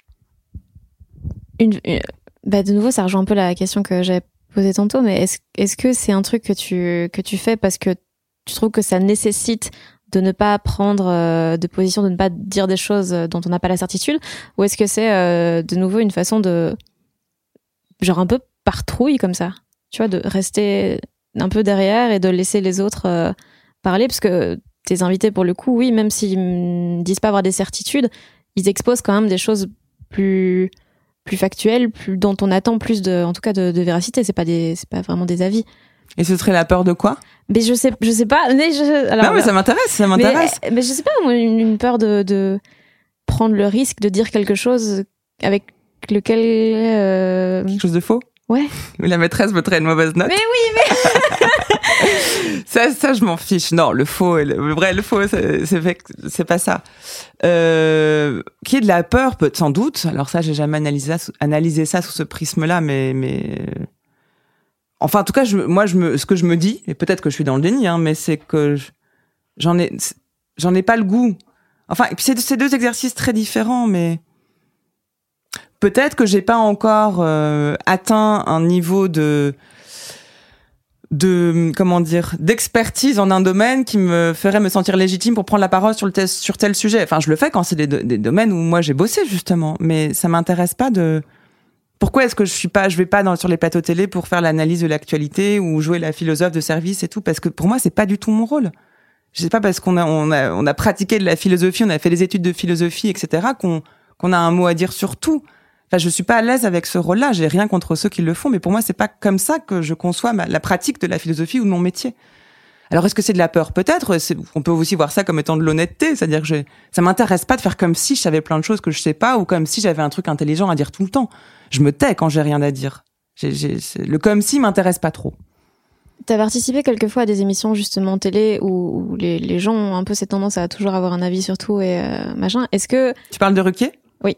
une, une bah de nouveau ça rejoint un peu la question que j'avais posée tantôt, mais est-ce est-ce que c'est un truc que tu que tu fais parce que tu trouves que ça nécessite de ne pas prendre euh, de position, de ne pas dire des choses dont on n'a pas la certitude, ou est-ce que c'est euh, de nouveau une façon de genre un peu par trouille comme ça, tu vois, de rester un peu derrière et de laisser les autres euh, parler, parce que tes invités pour le coup, oui, même s'ils ne disent pas avoir des certitudes, ils exposent quand même des choses plus plus factuelles, plus dont on attend plus de, en tout cas de, de véracité. C'est pas des, c'est pas vraiment des avis. Et ce serait la peur de quoi? Mais je sais, je sais pas. Mais je, alors, non, mais ça m'intéresse, ça m'intéresse. Mais, mais je sais pas, moi, une, une peur de, de prendre le risque de dire quelque chose avec lequel euh... quelque chose de faux. Ouais. La maîtresse me traite une mauvaise note. Mais oui, mais ça, ça, je m'en fiche. Non, le faux, le, le vrai, le faux, c'est, c'est, c'est pas ça. Euh, qui est de la peur, peut sans doute. Alors ça, j'ai jamais analysé ça, analysé ça sous ce prisme-là, mais, mais, enfin, en tout cas, je, moi, je me, ce que je me dis, et peut-être que je suis dans le déni, hein, mais c'est que je, j'en ai, j'en ai pas le goût. Enfin, et puis c'est, c'est deux exercices très différents, mais peut-être que j'ai pas encore euh, atteint un niveau de de comment dire d'expertise en un domaine qui me ferait me sentir légitime pour prendre la parole sur le tel, sur tel sujet. Enfin, je le fais quand c'est des, des domaines où moi j'ai bossé justement, mais ça m'intéresse pas de. Pourquoi est-ce que je suis pas, je vais pas dans, sur les plateaux télé pour faire l'analyse de l'actualité ou jouer la philosophe de service et tout, parce que pour moi c'est pas du tout mon rôle. Je sais pas, parce qu'on a on a on a pratiqué de la philosophie, on a fait des études de philosophie, et cetera, qu'on qu'on a un mot à dire sur tout. Enfin, je suis pas à l'aise avec ce rôle-là. J'ai rien contre ceux qui le font, mais pour moi, c'est pas comme ça que je conçois ma, la pratique de la philosophie ou de mon métier. Alors, est-ce que c'est de la peur? Peut-être. C'est, on peut aussi voir ça comme étant de l'honnêteté, c'est-à-dire que j'ai, ça m'intéresse pas de faire comme si je savais plein de choses que je sais pas, ou comme si j'avais un truc intelligent à dire tout le temps. Je me tais quand j'ai rien à dire. J'ai, j'ai, le comme si m'intéresse pas trop. T'as participé quelquefois à des émissions justement télé où, où les, les gens ont un peu cette tendance à toujours avoir un avis sur tout et euh, machin. Est-ce que tu parles de Ruquier? Oui.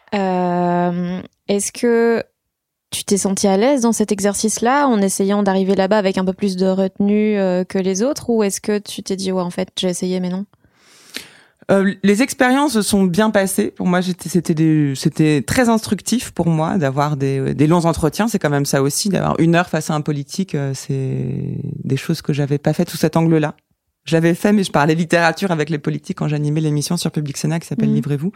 Euh, est-ce que tu t'es senti à l'aise dans cet exercice-là en essayant d'arriver là-bas avec un peu plus de retenue euh, que les autres, ou est-ce que tu t'es dit ouais en fait j'ai essayé mais non? Euh, les expériences se sont bien passées. Pour moi, j'étais, c'était, des, c'était très instructif pour moi d'avoir des, des longs entretiens. C'est quand même ça aussi, d'avoir une heure face à un politique. Euh, c'est des choses que j'avais pas faites sous cet angle-là. Je l'avais fait, mais je parlais littérature avec les politiques quand j'animais l'émission sur Public Sénat qui s'appelle mmh. Livrez-vous.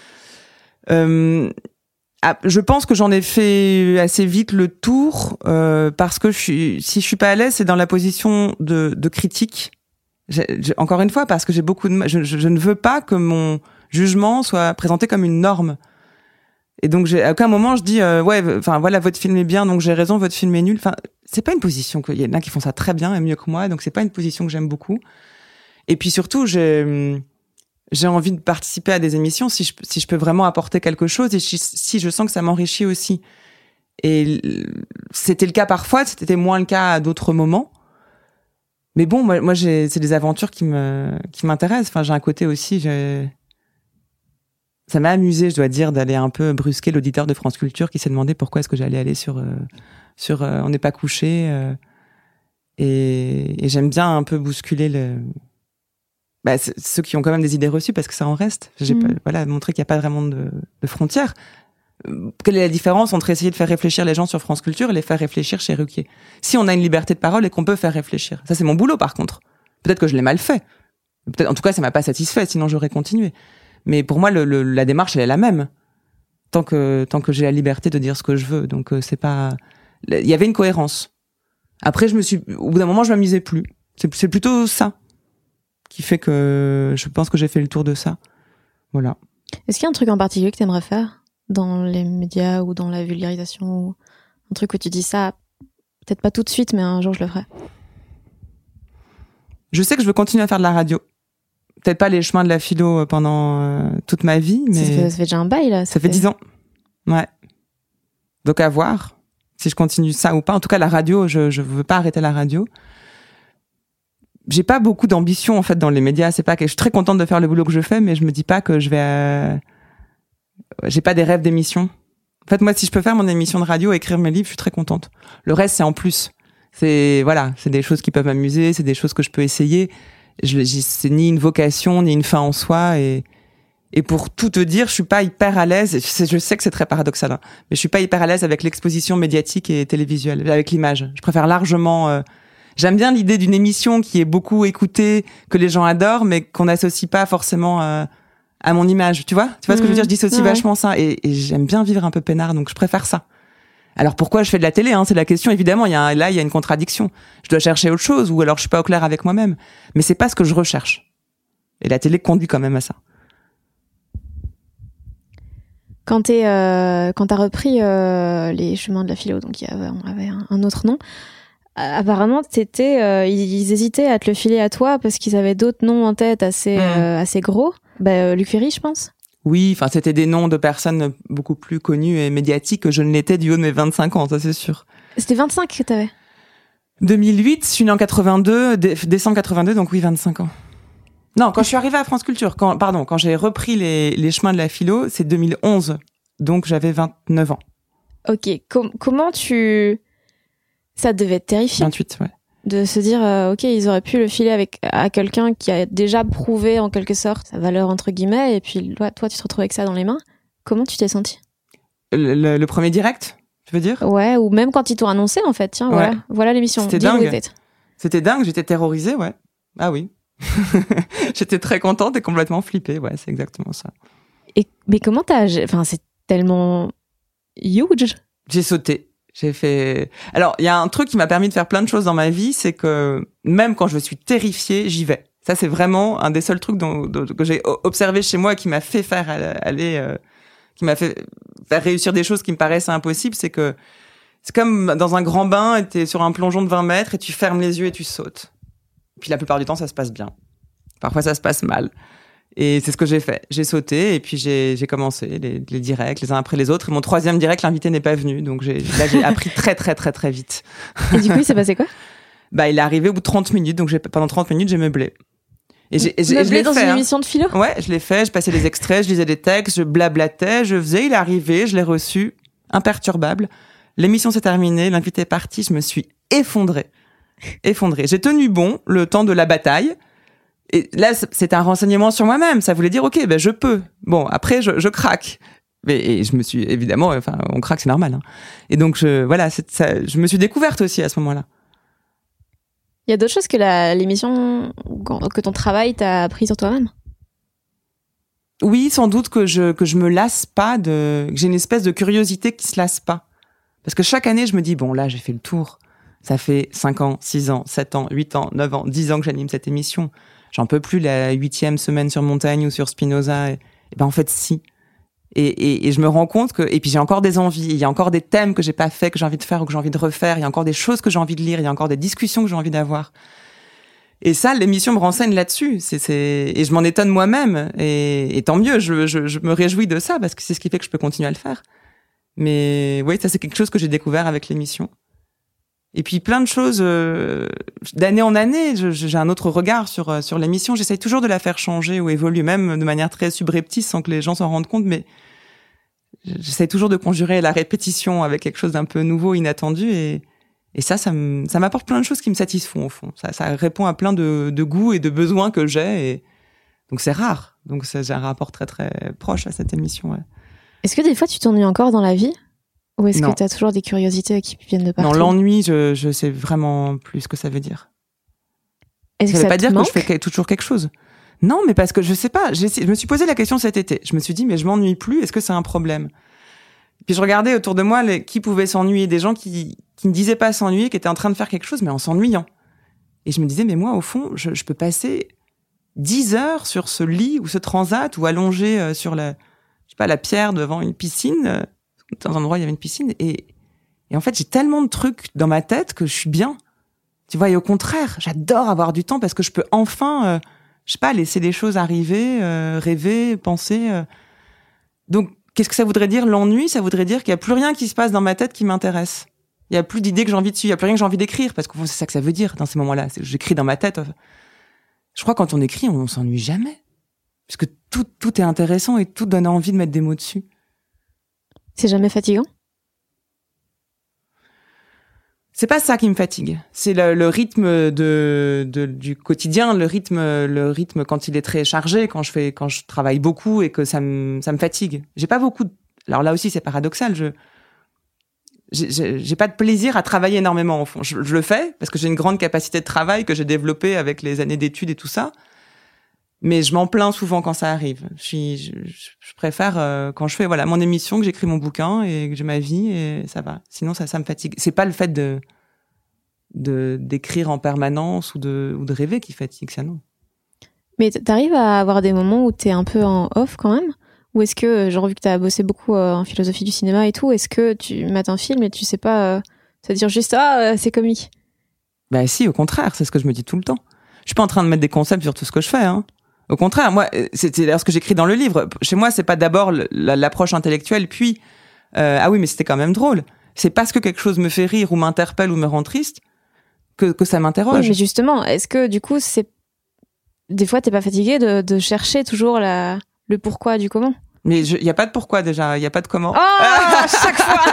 Euh, ah, je pense que j'en ai fait assez vite le tour euh, parce que je suis, si je suis pas à l'aise, c'est dans la position de, de critique. J'ai, j'ai, encore une fois, parce que j'ai beaucoup de, je, je, je ne veux pas que mon jugement soit présenté comme une norme. Et donc, j'ai, à aucun moment je dis euh, ouais, enfin voilà, votre film est bien, donc j'ai raison, votre film est nul. Enfin, c'est pas une position que, il y en a qui font ça très bien et mieux que moi, donc c'est pas une position que j'aime beaucoup. Et puis surtout, j'ai j'ai envie de participer à des émissions si je, si je peux vraiment apporter quelque chose et si, si je sens que ça m'enrichit aussi. Et c'était le cas parfois, c'était moins le cas à d'autres moments. Mais bon, moi, moi j'ai, c'est des aventures qui me, qui m'intéressent. Enfin, j'ai un côté aussi, j'ai... ça m'a amusé, je dois dire, d'aller un peu brusquer l'auditeur de France Culture qui s'est demandé pourquoi est-ce que j'allais aller sur, euh, sur euh, On n'est pas couché. Euh, et, et j'aime bien un peu bousculer le... Bah, ceux qui ont quand même des idées reçues, parce que ça en reste. J'ai mmh. pas, voilà, montrer qu'il n'y a pas vraiment de, de frontières. Quelle est la différence entre essayer de faire réfléchir les gens sur France Culture et les faire réfléchir chez Ruquier? Si on a une liberté de parole et qu'on peut faire réfléchir. Ça, c'est mon boulot, par contre. Peut-être que je l'ai mal fait. Peut-être, en tout cas, ça m'a pas satisfait, sinon j'aurais continué. Mais pour moi, le, le, la démarche, elle est la même. Tant que, tant que j'ai la liberté de dire ce que je veux. Donc, euh, c'est pas, il y avait une cohérence. Après, je me suis, au bout d'un moment, je m'amusais plus. C'est, c'est plutôt ça qui fait que je pense que j'ai fait le tour de ça. Voilà. Est-ce qu'il y a un truc en particulier que tu aimerais faire dans les médias ou dans la vulgarisation, ou un truc où tu dis ça, peut-être pas tout de suite, mais un jour je le ferai? Je sais que je veux continuer à faire de la radio. Peut-être pas les chemins de la philo pendant euh, toute ma vie, mais... Ça fait, ça fait déjà un bail, là. Ça, ça fait dix ans. Ouais. Donc à voir. si je continue ça ou pas. En tout cas, la radio, je je veux pas arrêter la radio. J'ai pas beaucoup d'ambition en fait dans les médias. C'est pas que je suis très contente de faire le boulot que je fais, mais je me dis pas que je vais. Euh... J'ai pas des rêves d'émission. En fait, moi, si je peux faire mon émission de radio, écrire mes livres, je suis très contente. Le reste, c'est en plus. C'est voilà, c'est des choses qui peuvent m'amuser, c'est des choses que je peux essayer. Je, c'est ni une vocation, ni une fin en soi. Et et pour tout te dire, je suis pas hyper à l'aise. Je sais que c'est très paradoxal, hein, mais je suis pas hyper à l'aise avec l'exposition médiatique et télévisuelle, avec l'image. Je préfère largement. Euh, J'aime bien l'idée d'une émission qui est beaucoup écoutée, que les gens adorent, mais qu'on n'associe pas forcément euh, à mon image. Tu vois, tu vois mmh. ce que je veux dire? Je dissocie ouais. vachement ça, et, et j'aime bien vivre un peu peinard, donc je préfère ça. Alors pourquoi je fais de la télé, hein, c'est la question. Évidemment, il y a un, là, il y a une contradiction. Je dois chercher autre chose, ou alors je suis pas au clair avec moi-même. Mais c'est pas ce que je recherche. Et la télé conduit quand même à ça. Quand t'es, euh, quand t'as repris euh, les chemins de la philo, donc il y avait, on avait un, un autre nom. Apparemment, t'étais, euh, ils, ils hésitaient à te le filer à toi parce qu'ils avaient d'autres noms en tête assez, mmh. euh, assez gros. Bah, euh, Luc Ferry, je pense. Oui, enfin, c'était des noms de personnes beaucoup plus connues et médiatiques que je ne l'étais du haut de mes vingt-cinq ans, ça c'est sûr. C'était vingt-cinq que t'avais. deux mille huit, je suis née en quatre-vingt-deux, dé- décembre quatre-vingt-deux, donc oui, vingt-cinq ans. Non, quand je suis arrivée à France Culture, quand, pardon, quand j'ai repris les, les chemins de la philo, c'est deux mille onze, donc j'avais vingt-neuf ans. Ok, Com- comment tu... Ça devait être terrifiant. vingt-huit, ouais. De se dire, euh, ok, ils auraient pu le filer avec, à quelqu'un qui a déjà prouvé en quelque sorte sa valeur entre guillemets, et puis toi, toi tu te retrouves avec ça dans les mains. Comment tu t'es sentie? Le, le, le premier direct, tu veux dire? Ouais, ou même quand ils t'ont annoncé en fait, tiens, ouais. voilà, voilà l'émission. C'était Deal dingue. with it. C'était dingue, j'étais terrorisée, ouais. Ah oui. J'étais très contente et complètement flippée, ouais, c'est exactement ça. Et, mais comment t'as... Enfin, c'est tellement huge. J'ai sauté. J'ai fait... Alors, il y a un truc qui m'a permis de faire plein de choses dans ma vie, c'est que même quand je suis terrifiée, j'y vais. Ça, c'est vraiment un des seuls trucs dont, dont, que j'ai observé chez moi et qui m'a fait faire aller... Euh, qui m'a fait faire réussir des choses qui me paraissaient impossibles, c'est que c'est comme dans un grand bain, et t'es sur un plongeon de vingt mètres et tu fermes les yeux et tu sautes. Puis la plupart du temps, ça se passe bien. Parfois, ça se passe mal. Et c'est ce que j'ai fait. J'ai sauté et puis j'ai, j'ai commencé les, les directs, les uns après les autres. Et mon troisième direct, l'invité n'est pas venu. Donc j'ai, là, j'ai appris très, très, très, très vite. Et du coup, il s'est passé quoi? Bah, il est arrivé au bout de trente minutes. Donc j'ai, pendant trente minutes, j'ai meublé. Et j'ai, et j'ai, meublé dans fait, une hein. émission de philo? Ouais, je l'ai fait. Je passais des extraits, je lisais des textes, je blablatais, je faisais. Il est arrivé, je l'ai reçu, imperturbable. L'émission s'est terminée, l'invité est parti. Je me suis effondrée. Effondrée. J'ai tenu bon le temps de la bataille. Et là, c'était un renseignement sur moi-même. Ça voulait dire, ok, ben je peux. Bon, après, je, je craque. Mais et je me suis évidemment, enfin, on craque, c'est normal. Hein. Et donc, je, voilà, c'est, ça, je me suis découverte aussi à ce moment-là. Il y a d'autres choses que la, l'émission, que ton travail t'a appris sur toi-même? Oui, sans doute que je que je me lasse pas de, que j'ai une espèce de curiosité qui se lasse pas. Parce que chaque année, je me dis, bon, là, j'ai fait le tour. Ça fait cinq ans, six ans, sept ans, huit ans, neuf ans, dix ans que j'anime cette émission. J'en peux plus la huitième semaine sur Montaigne ou sur Spinoza. Et, et ben en fait, si. Et, et, et je me rends compte que... Et puis j'ai encore des envies. Il y a encore des thèmes que j'ai pas fait, que j'ai envie de faire ou que j'ai envie de refaire. Il y a encore des choses que j'ai envie de lire. Il y a encore des discussions que j'ai envie d'avoir. Et ça, l'émission me renseigne là-dessus. C'est, c'est... Et je m'en étonne moi-même. Et, et tant mieux, je, je, je me réjouis de ça parce que c'est ce qui fait que je peux continuer à le faire. Mais oui, ça c'est quelque chose que j'ai découvert avec l'émission. Et puis plein de choses, euh, d'année en année, je, j'ai un autre regard sur sur l'émission. J'essaye toujours de la faire changer ou évoluer, même de manière très subreptice, sans que les gens s'en rendent compte. Mais j'essaye toujours de conjurer la répétition avec quelque chose d'un peu nouveau, inattendu. Et, et ça, ça, me, ça m'apporte plein de choses qui me satisfont au fond. Ça, ça répond à plein de, de goûts et de besoins que j'ai. Et donc c'est rare. Donc ça, j'ai un rapport très très proche à cette émission. Ouais. Est-ce que des fois tu t'ennuies encore dans la vie? Ou est-ce non. que tu as toujours des curiosités qui viennent de partout? Non, l'ennui, je, je sais vraiment plus ce que ça veut dire. Est-ce ça que veut ça pas te dire manque? que je fais toujours quelque chose. Non, mais parce que je sais pas. J'ai, je me suis posé la question cet été. Je me suis dit, mais je m'ennuie plus. Est-ce que c'est un problème? Puis je regardais autour de moi les, qui pouvaient s'ennuyer. Des gens qui, qui ne disaient pas s'ennuyer, qui étaient en train de faire quelque chose, mais en s'ennuyant. Et je me disais, mais moi, au fond, je, je peux passer dix heures sur ce lit ou ce transat ou allongé sur la, je sais pas, la pierre devant une piscine. Dans un endroit, il y avait une piscine. Et, et en fait, j'ai tellement de trucs dans ma tête que je suis bien. Tu vois, et au contraire, j'adore avoir du temps parce que je peux enfin, euh, je sais pas, laisser les choses arriver, euh, rêver, penser. Euh. Donc, qu'est-ce que ça voudrait dire, l'ennui? Ça voudrait dire qu'il y a plus rien qui se passe dans ma tête qui m'intéresse. Il y a plus d'idées que j'ai envie dessus. Il y a plus rien que j'ai envie d'écrire parce que c'est ça que ça veut dire dans ces moments-là. C'est que j'écris dans ma tête. Je crois que quand on écrit, on, on s'ennuie jamais. Parce que tout, tout est intéressant et tout donne envie de mettre des mots dessus. C'est jamais fatigant? C'est pas ça qui me fatigue. C'est le, le rythme de, de, du quotidien, le rythme, le rythme quand il est très chargé, quand je fais, quand je travaille beaucoup et que ça me, ça me fatigue. J'ai pas beaucoup de... Alors là aussi, c'est paradoxal. Je, j'ai, j'ai pas de plaisir à travailler énormément, au fond. Je, je le fais parce que j'ai une grande capacité de travail que j'ai développée avec les années d'études et tout ça. Mais je m'en plains souvent quand ça arrive. Je suis, je, je préfère euh, quand je fais voilà mon émission, que j'écris mon bouquin et que j'ai ma vie et ça va. Sinon ça, ça me fatigue. C'est pas le fait de, de d'écrire en permanence ou de ou de rêver qui fatigue, ça non. Mais t'arrives à avoir des moments où t'es un peu en off quand même? Ou est-ce que, genre vu que t'as bossé beaucoup euh, en philosophie du cinéma et tout, est-ce que tu mates un film et tu sais pas, euh, te dire juste ah euh, c'est comique? Bah si, au contraire, c'est ce que je me dis tout le temps. Je suis pas en train de mettre des concepts sur tout ce que je fais, hein. Au contraire, moi, c'est d'ailleurs ce que j'écris dans le livre. Chez moi, c'est pas d'abord l'approche intellectuelle, puis euh, ah oui, mais c'était quand même drôle. C'est parce que quelque chose me fait rire ou m'interpelle ou me rend triste que que ça m'interroge. Oui, mais justement, est-ce que du coup, c'est des fois t'es pas fatigué de, de chercher toujours la le pourquoi du comment? Mais il y a pas de pourquoi déjà, il y a pas de comment. Oh, chaque fois.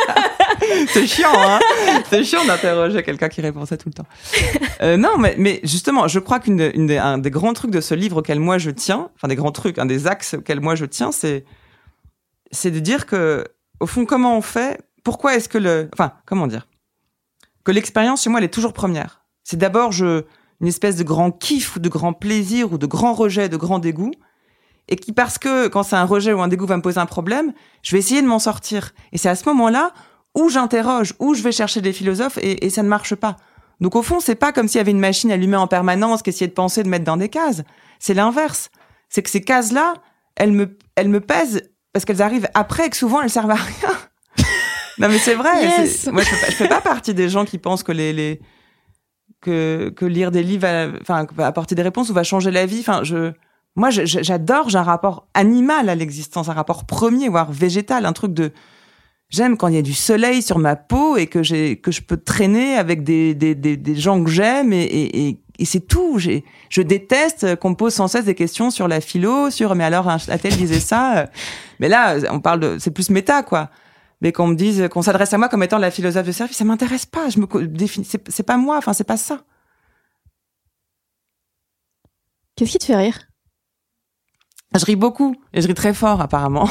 C'est chiant, hein. C'est chiant d'interroger quelqu'un qui répond ça tout le temps. Euh, non, mais, mais justement, je crois qu'une une des, un des grands trucs de ce livre auquel moi je tiens, enfin des grands trucs, un des axes auxquels moi je tiens, c'est c'est de dire que, au fond, comment on fait, pourquoi est-ce que le, enfin, comment dire, que l'expérience chez moi elle est toujours première. C'est d'abord je une espèce de grand kiff ou de grand plaisir ou de grand rejet, de grand dégoût. Et qui, parce que quand c'est un rejet ou un dégoût va me poser un problème, je vais essayer de m'en sortir. Et c'est à ce moment-là où j'interroge, où je vais chercher des philosophes et, et ça ne marche pas. Donc au fond, c'est pas comme s'il y avait une machine allumée en permanence qui essayait de penser, de mettre dans des cases. C'est l'inverse. C'est que ces cases-là, elles me, elles me pèsent parce qu'elles arrivent après et que souvent elles servent à rien. Non mais c'est vrai. Yes. C'est, moi, je fais, pas, je fais pas partie des gens qui pensent que les, les que que lire des livres, va, enfin, va apporter des réponses ou va changer la vie. Enfin, je Moi, je, j'adore, j'ai un rapport animal à l'existence, un rapport premier, voire végétal, un truc de... J'aime quand il y a du soleil sur ma peau et que j'ai que je peux traîner avec des des des, des gens que j'aime et et et, et c'est tout. J'ai je déteste qu'on me pose sans cesse des questions sur la philo, sur mais alors un tel disait ça. Mais là, on parle de c'est plus méta quoi. Mais qu'on me dise qu'on s'adresse à moi comme étant la philosophe de service, ça m'intéresse pas. Je me définis, c'est c'est pas moi. Enfin, c'est pas ça. Qu'est-ce qui te fait rire? Je ris beaucoup et je ris très fort apparemment.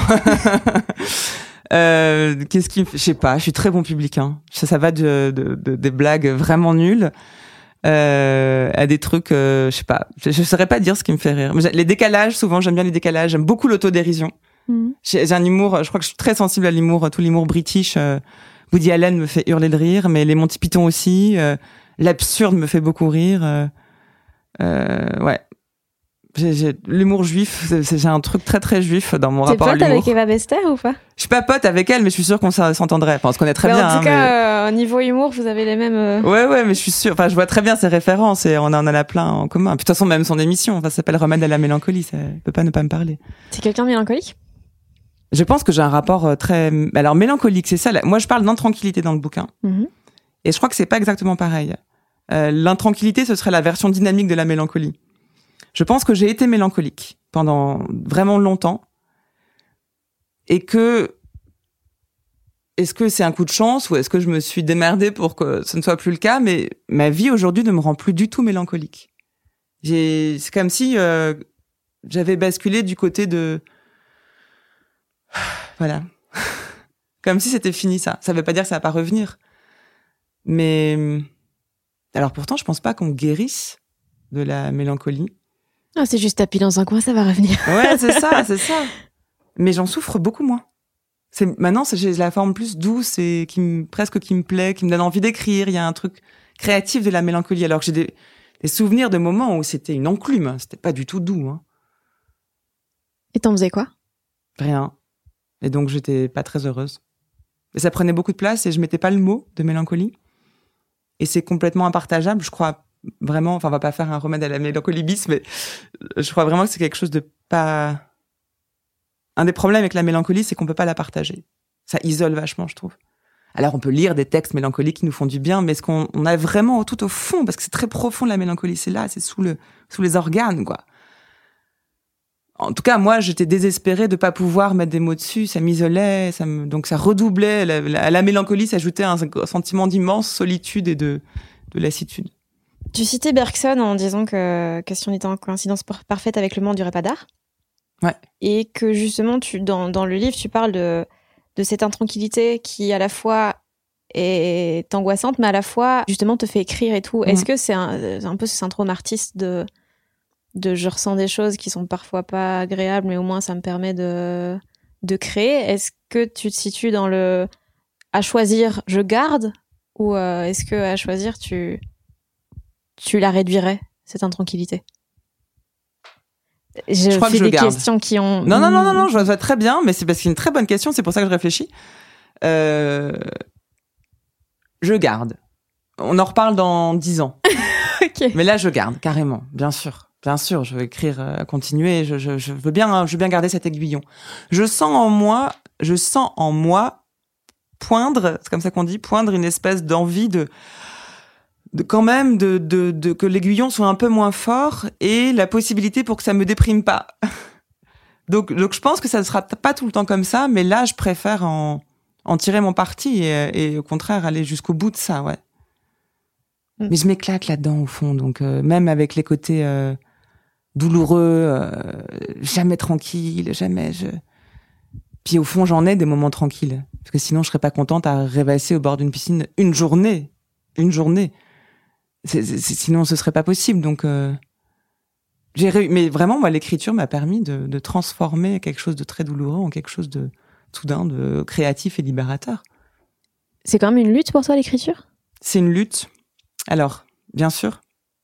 euh, qu'est-ce qui me fait... Je sais pas, je suis très bon public. Hein. Ça, ça va de, de, de, des blagues vraiment nulles euh, à des trucs, euh, je sais pas. Je, je saurais pas dire ce qui me fait rire. Mais les décalages, souvent, j'aime bien les décalages. J'aime beaucoup l'autodérision. Mmh. J'ai, j'ai un humour, je crois que je suis très sensible à l'humour, tout l'humour british. Euh, Woody Allen me fait hurler de rire, mais les Monty Python aussi. Euh, l'absurde me fait beaucoup rire. Euh, euh, ouais. J'ai, j'ai, l'humour juif, c'est, c'est, j'ai un truc très très juif dans mon T'es rapport à l'humour. T'es pote avec Eva Bester ou pas? Je suis pas pote avec elle, mais je suis sûre qu'on s'entendrait. Enfin, on se connaît très bah, bien. En tout hein, cas, mais... euh, au niveau humour, vous avez les mêmes... Euh... Ouais, ouais, mais je suis sûre. Enfin, je vois très bien ses références et on en a plein en commun. Puis de toute façon, même son émission, enfin, ça s'appelle Remède à la mélancolie, ça peut pas ne pas me parler. C'est quelqu'un de mélancolique? Je pense que j'ai un rapport très... Alors, mélancolique, c'est ça. Là. Moi, je parle d'intranquillité dans le bouquin. Mm-hmm. Et je crois que c'est pas exactement pareil. Euh, l'intranquillité, ce serait la version dynamique de la mélancolie. Je pense que j'ai été mélancolique pendant vraiment longtemps et que est-ce que c'est un coup de chance ou est-ce que je me suis démerdée pour que ce ne soit plus le cas, mais ma vie aujourd'hui ne me rend plus du tout mélancolique. J'ai, c'est comme si euh, j'avais basculé du côté de... Voilà. Comme si c'était fini ça. Ça veut pas dire que ça va pas revenir. Mais... Alors pourtant, je pense pas qu'on guérisse de la mélancolie. Ah, c'est juste tapis dans un coin, ça va revenir. Ouais, c'est ça, c'est ça. Mais j'en souffre beaucoup moins. C'est, maintenant, c'est, j'ai la forme plus douce et qui me, presque qui me plaît, qui me donne envie d'écrire. Il y a un truc créatif de la mélancolie. Alors que j'ai des, des souvenirs de moments où c'était une enclume. C'était pas du tout doux. Hein. Et t'en faisais quoi? Rien. Et donc, j'étais pas très heureuse. Et ça prenait beaucoup de place et je mettais pas le mot de mélancolie. Et c'est complètement impartageable, je crois. Vraiment, enfin, on va pas faire un remède à la mélancolie bis, mais je crois vraiment que c'est quelque chose de pas... Un des problèmes avec la mélancolie, c'est qu'on peut pas la partager. Ça isole vachement, je trouve. Alors, on peut lire des textes mélancoliques qui nous font du bien, mais est-ce qu'on on a vraiment tout au fond, parce que c'est très profond, la mélancolie, c'est là, c'est sous le, sous les organes, quoi. En tout cas, moi, j'étais désespérée de pas pouvoir mettre des mots dessus, ça m'isolait, ça me, donc ça redoublait, la, la, à la mélancolie s'ajoutait un sentiment d'immense solitude et de, de lassitude. Tu citais Bergson en disant que, que si on était en coïncidence parfaite avec le monde, il n'y aurait pas d'art. Ouais. Et que justement, tu, dans, dans le livre, tu parles de, de cette intranquillité qui, à la fois, est angoissante, mais à la fois, justement, te fait écrire et tout. Mmh. Est-ce que c'est un, un peu ce syndrome artiste de, de je ressens des choses qui sont parfois pas agréables, mais au moins ça me permet de, de créer? Est-ce que tu te situes dans le à choisir, je garde? Ou euh, est-ce que à choisir, tu, tu la réduirais, cette intranquillité? Je, je crois fais que je des garde. questions qui ont... Non, non, non, non, non, je vois très bien, mais c'est parce que c'est une très bonne question, c'est pour ça que je réfléchis. Euh... Je garde. On en reparle dans dix ans. Okay. Mais là, je garde, carrément, bien sûr. Bien sûr, je veux écrire, euh, continuer, je, je, je veux bien, hein, je veux bien garder cet aiguillon. Je sens en moi, je sens en moi poindre, c'est comme ça qu'on dit, poindre une espèce d'envie de... de quand même de, de, de que l'aiguillon soit un peu moins fort et la possibilité pour que ça me déprime pas. donc, donc je pense que ça ne sera pas tout le temps comme ça, mais là, je préfère en, en tirer mon parti et, et au contraire aller jusqu'au bout de ça, ouais. Mm. Mais je m'éclate là-dedans au fond, donc euh, même avec les côtés euh, douloureux, euh, jamais tranquille, jamais je. Puis au fond, j'en ai des moments tranquilles, parce que sinon, je serais pas contente à rêvasser au bord d'une piscine une journée, une journée. C'est, c'est, sinon, ce serait pas possible. Donc, euh, j'ai réu- mais vraiment, moi, l'écriture m'a permis de, de transformer quelque chose de très douloureux en quelque chose de soudain, de créatif et libérateur. C'est quand même une lutte pour toi, l'écriture ? C'est une lutte. Alors, bien sûr,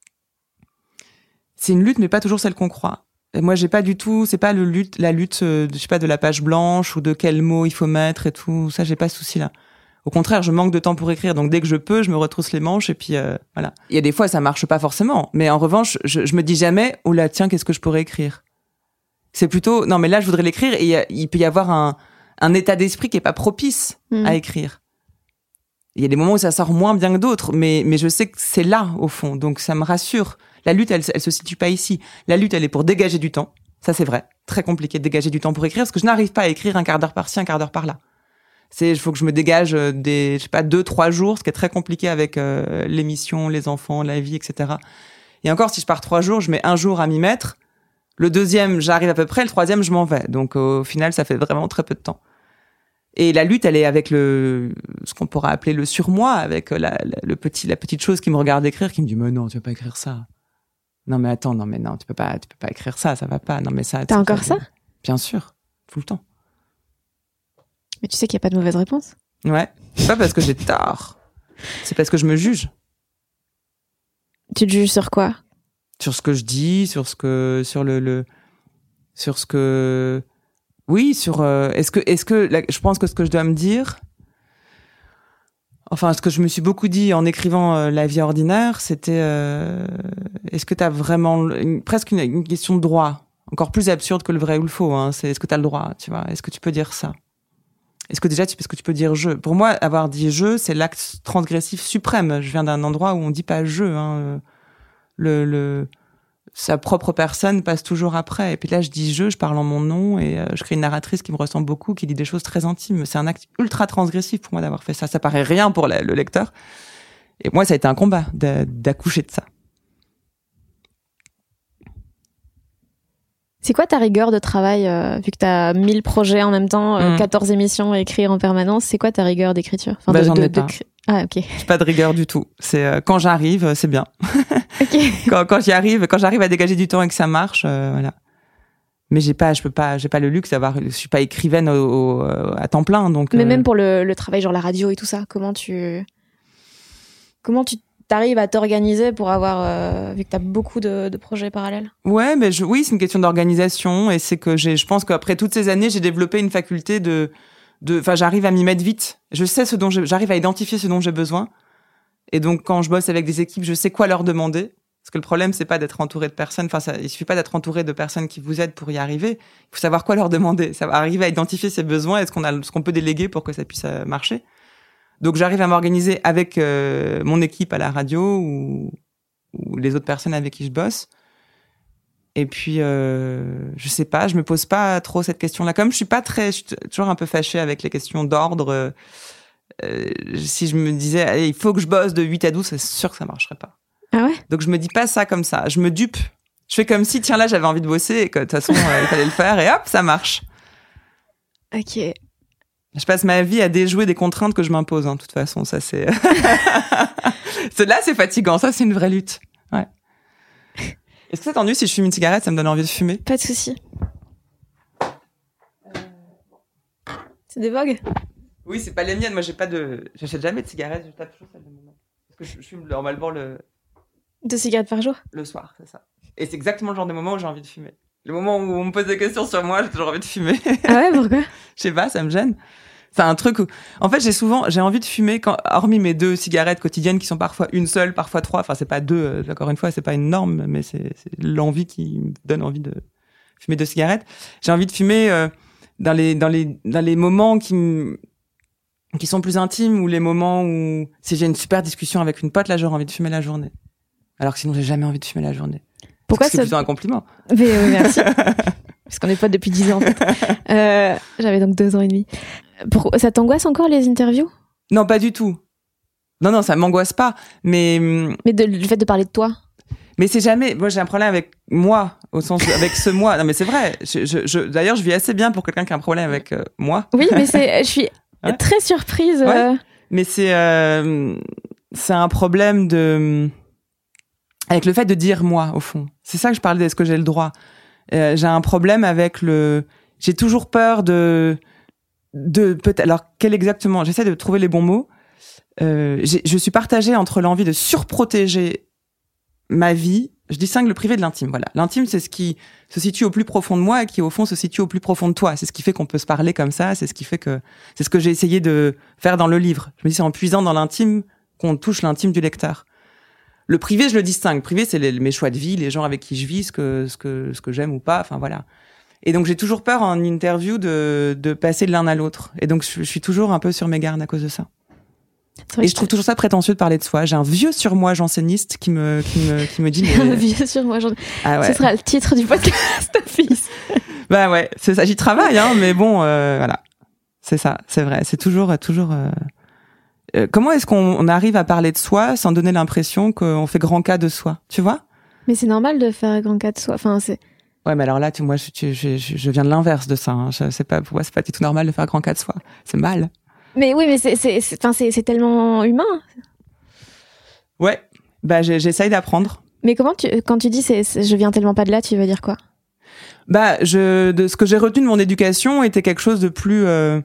c'est une lutte, mais pas toujours celle qu'on croit. Et moi, j'ai pas du tout. C'est pas le lutte, la lutte, euh, de, je sais pas, de la page blanche ou de quels mots il faut mettre et tout. Ça, j'ai pas ce souci-là. Au contraire, je manque de temps pour écrire, donc dès que je peux, je me retrousse les manches et puis euh, voilà. Il y a des fois, ça marche pas forcément, mais en revanche, je, je me dis jamais, oh là, tiens, qu'est-ce que je pourrais écrire ? C'est plutôt, non, mais là, je voudrais l'écrire et il, y a, il peut y avoir un, un état d'esprit qui est pas propice mmh. à écrire. Il y a des moments où ça sort moins bien que d'autres, mais mais je sais que c'est là au fond, donc ça me rassure. La lutte, elle, elle se situe pas ici. La lutte, elle est pour dégager du temps. Ça, c'est vrai, très compliqué de dégager du temps pour écrire, parce que je n'arrive pas à écrire un quart d'heure par-ci, un quart d'heure par-là. C'est, il faut que je me dégage des, je sais pas, deux, trois jours, ce qui est très compliqué avec euh, l'émission, les enfants, la vie, et cetera. Et encore, si je pars trois jours, je mets un jour à m'y mettre. Le deuxième, j'arrive à peu près. Le troisième, je m'en vais. Donc, au final, ça fait vraiment très peu de temps. Et la lutte, elle est avec le, ce qu'on pourrait appeler le surmoi, avec la, la, le petit, la petite chose qui me regarde écrire, qui me dit, mais non, tu vas pas écrire ça. Non, mais attends, non, mais non, tu peux pas, tu peux pas écrire ça, ça va pas. Non, mais ça. T'as encore ça ? Bien sûr. Tout le temps. Mais tu sais qu'il n'y a pas de mauvaise réponse. Ouais. C'est pas parce que j'ai tort. C'est parce que je me juge. Tu te juges sur quoi ? Sur ce que je dis, sur ce que, sur le, le, sur ce que, oui, sur, euh, est-ce que, est-ce que, là, je pense que ce que je dois me dire, enfin, ce que je me suis beaucoup dit en écrivant euh, La vie ordinaire, c'était, euh, est-ce que t'as vraiment, une, presque une, une question de droit, encore plus absurde que le vrai ou le faux, hein, c'est est-ce que t'as le droit, tu vois, est-ce que tu peux dire ça ? Est-ce que déjà, tu, est-ce que tu peux dire je ? Pour moi, avoir dit je, c'est l'acte transgressif suprême. Je viens d'un endroit où on dit pas je, hein. Le, le, sa propre personne passe toujours après. Et puis là, je dis je, je parle en mon nom et euh, je crée une narratrice qui me ressemble beaucoup, qui dit des choses très intimes. C'est un acte ultra transgressif pour moi d'avoir fait ça. Ça paraît rien pour la, le lecteur. Et moi, ça a été un combat de, d'accoucher de ça. C'est quoi ta rigueur de travail, euh, vu que t'as mille projets en même temps, euh, mmh. quatorze émissions à écrire en permanence, c'est quoi ta rigueur d'écriture ? Enfin, bah, de, j'en de, ai pas. De... Ah, ok. J'ai pas de rigueur du tout. C'est euh, quand j'arrive, c'est bien. Okay. quand, quand j'y arrive, quand j'arrive à dégager du temps et que ça marche, euh, voilà. Mais j'ai pas, je peux pas, j'ai pas le luxe d'avoir, je suis pas écrivaine au, au, à temps plein, donc. Mais euh... même pour le, le travail, genre la radio et tout ça, comment tu, comment tu t'arrives à t'organiser pour avoir, euh, vu que t'as beaucoup de, de projets parallèles ? Ouais, mais je, oui, c'est une question d'organisation et c'est que j'ai, je pense qu'après toutes ces années, j'ai développé une faculté de, de, enfin, j'arrive à m'y mettre vite. Je sais ce dont je, j'arrive à identifier ce dont j'ai besoin. Et donc, quand je bosse avec des équipes, je sais quoi leur demander. Parce que le problème, c'est pas d'être entouré de personnes. Enfin, ça, il suffit pas d'être entouré de personnes qui vous aident pour y arriver. Il faut savoir quoi leur demander. Ça va arriver à identifier ses besoins et ce qu'on a, ce qu'on peut déléguer pour que ça puisse marcher. Donc j'arrive à m'organiser avec euh, mon équipe à la radio ou, ou les autres personnes avec qui je bosse. Et puis, euh, je sais pas, je me pose pas trop cette question-là. Comme je suis pas très, je suis toujours un peu fâchée avec les questions d'ordre. Euh, si je me disais, allez, il faut que je bosse de huit à douze, c'est sûr que ça marcherait pas. Ah ouais? Donc je me dis pas ça comme ça. Je me dupe. Je fais comme si, tiens là, j'avais envie de bosser et que de toute façon, euh, il fallait le faire et hop, ça marche. Ok. Je passe ma vie à déjouer des contraintes que je m'impose, hein, de toute façon. Ça, c'est... Là, c'est fatigant. Ça, c'est une vraie lutte. Ouais. Est-ce que ça t'ennuie si je fume une cigarette? Ça me donne envie de fumer. Pas de souci. C'est des vogues? Oui, c'est pas les miennes. Moi, j'ai pas de... J'achète jamais de cigarettes. Je tape toujours celle de mon mec. Parce que je, je fume normalement le... Deux cigarettes par jour? Le soir, c'est ça. Et c'est exactement le genre de moment où j'ai envie de fumer. Le moment où on me pose des questions sur moi, j'ai toujours envie de fumer. Ah ouais, pourquoi? Je sais pas, ça me gêne. C'est un truc où... En fait, j'ai souvent... J'ai envie de fumer, quand... hormis mes deux cigarettes quotidiennes qui sont parfois une seule, parfois trois. Enfin, c'est pas deux, euh, encore une fois, c'est pas une norme, mais c'est, c'est l'envie qui me donne envie de fumer deux cigarettes. J'ai envie de fumer euh, dans, les, dans, les, dans les moments qui, m... qui sont plus intimes ou les moments où... Si j'ai une super discussion avec une pote, là, j'aurais envie de fumer la journée. Alors que sinon, j'ai jamais envie de fumer la journée. Pourquoi c'est ça... plutôt un compliment. Mais, euh, merci. Parce qu'on est potes depuis dix ans, en fait. Euh, j'avais donc deux ans et demi. Pour... Ça t'angoisse encore, les interviews? Non, pas du tout. Non, non, ça m'angoisse pas. Mais... Mais de, le fait de parler de toi? Mais c'est jamais... Moi, j'ai un problème avec moi, au sens... De... avec ce moi. Non, mais c'est vrai. Je, je, je... D'ailleurs, je vis assez bien pour quelqu'un qui a un problème avec euh, moi. Oui, mais c'est... je suis ouais. très surprise. Ouais. Euh... Mais c'est... Euh... C'est un problème de... Avec le fait de dire moi, au fond. C'est ça que je parlais, est-ce que j'ai le droit? Euh, j'ai un problème avec le... J'ai toujours peur de... de peut-être... Alors, quel exactement? J'essaie de trouver les bons mots. Euh, j'ai... Je suis partagée entre l'envie de surprotéger ma vie. Je distingue le privé de l'intime, voilà. L'intime, c'est ce qui se situe au plus profond de moi et qui, au fond, se situe au plus profond de toi. C'est ce qui fait qu'on peut se parler comme ça. C'est ce qui fait que... C'est ce que j'ai essayé de faire dans le livre. Je me dis, c'est en puisant dans l'intime qu'on touche l'intime du lecteur. Le privé, je le distingue. Le privé, c'est les, mes choix de vie, les gens avec qui je vis, ce que, ce que, ce que j'aime ou pas. Enfin, voilà. Et donc, j'ai toujours peur en interview de, de passer de l'un à l'autre. Et donc, je, je suis toujours un peu sur mes gardes à cause de ça. Et je trouve toujours ça prétentieux de parler de soi. J'ai un vieux surmoi janséniste qui me, qui me, qui me dit... Mais... un vieux surmoi janséniste. Ah ouais. Ce sera le titre du podcast, fils. Bah ouais, c'est ça. J'y travaille, hein. Mais bon, euh, voilà. C'est ça. C'est vrai. C'est toujours, toujours, euh... Euh, comment est-ce qu'on on arrive à parler de soi sans donner l'impression qu'on fait grand cas de soi, tu vois? Mais c'est normal de faire grand cas de soi. Enfin, c'est... Ouais, mais alors là, tu, moi, je, je, je, je viens de l'inverse de ça. Hein. Je, c'est pas, pour moi, c'est pas du tout normal de faire grand cas de soi. C'est mal. Mais oui, mais c'est, c'est, c'est, enfin, c'est, c'est tellement humain. Ouais. Bah, j'ai, j'essaye d'apprendre. Mais comment tu, quand tu dis c'est, c'est, je viens tellement pas de là, tu veux dire quoi? Bah, je, de ce que j'ai retenu de mon éducation était quelque chose de plus. Euh,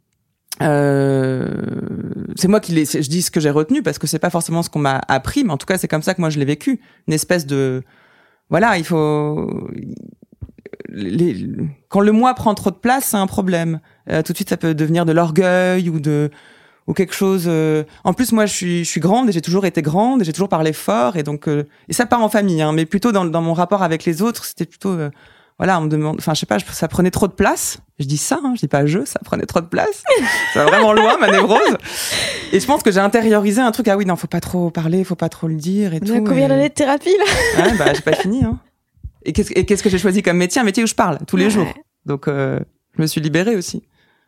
Euh, c'est moi qui l'ai, je dis ce que j'ai retenu parce que c'est pas forcément ce qu'on m'a appris, mais en tout cas c'est comme ça que moi je l'ai vécu. Une espèce de, voilà, il faut, les, quand le moi prend trop de place, c'est un problème. Euh, tout de suite ça peut devenir de l'orgueil ou de, ou quelque chose. Euh... En plus moi je suis, je suis grande et j'ai toujours été grande et j'ai toujours parlé fort et donc euh... et ça part en famille, hein, mais plutôt dans, dans mon rapport avec les autres, c'était plutôt euh... Voilà, on me demande, enfin, je sais pas, ça prenait trop de place. Je dis ça, hein, je dis pas je, ça prenait trop de place. Ça va vraiment loin, ma névrose. Et je pense que j'ai intériorisé un truc, ah oui, non, faut pas trop parler, faut pas trop le dire et on tout. On a combien et... d'années de thérapie, là? Ouais, bah, j'ai pas fini, hein. Et qu'est-ce, et qu'est-ce que j'ai choisi comme métier? Un métier où je parle, tous les ouais. jours. Donc, euh, je me suis libérée aussi.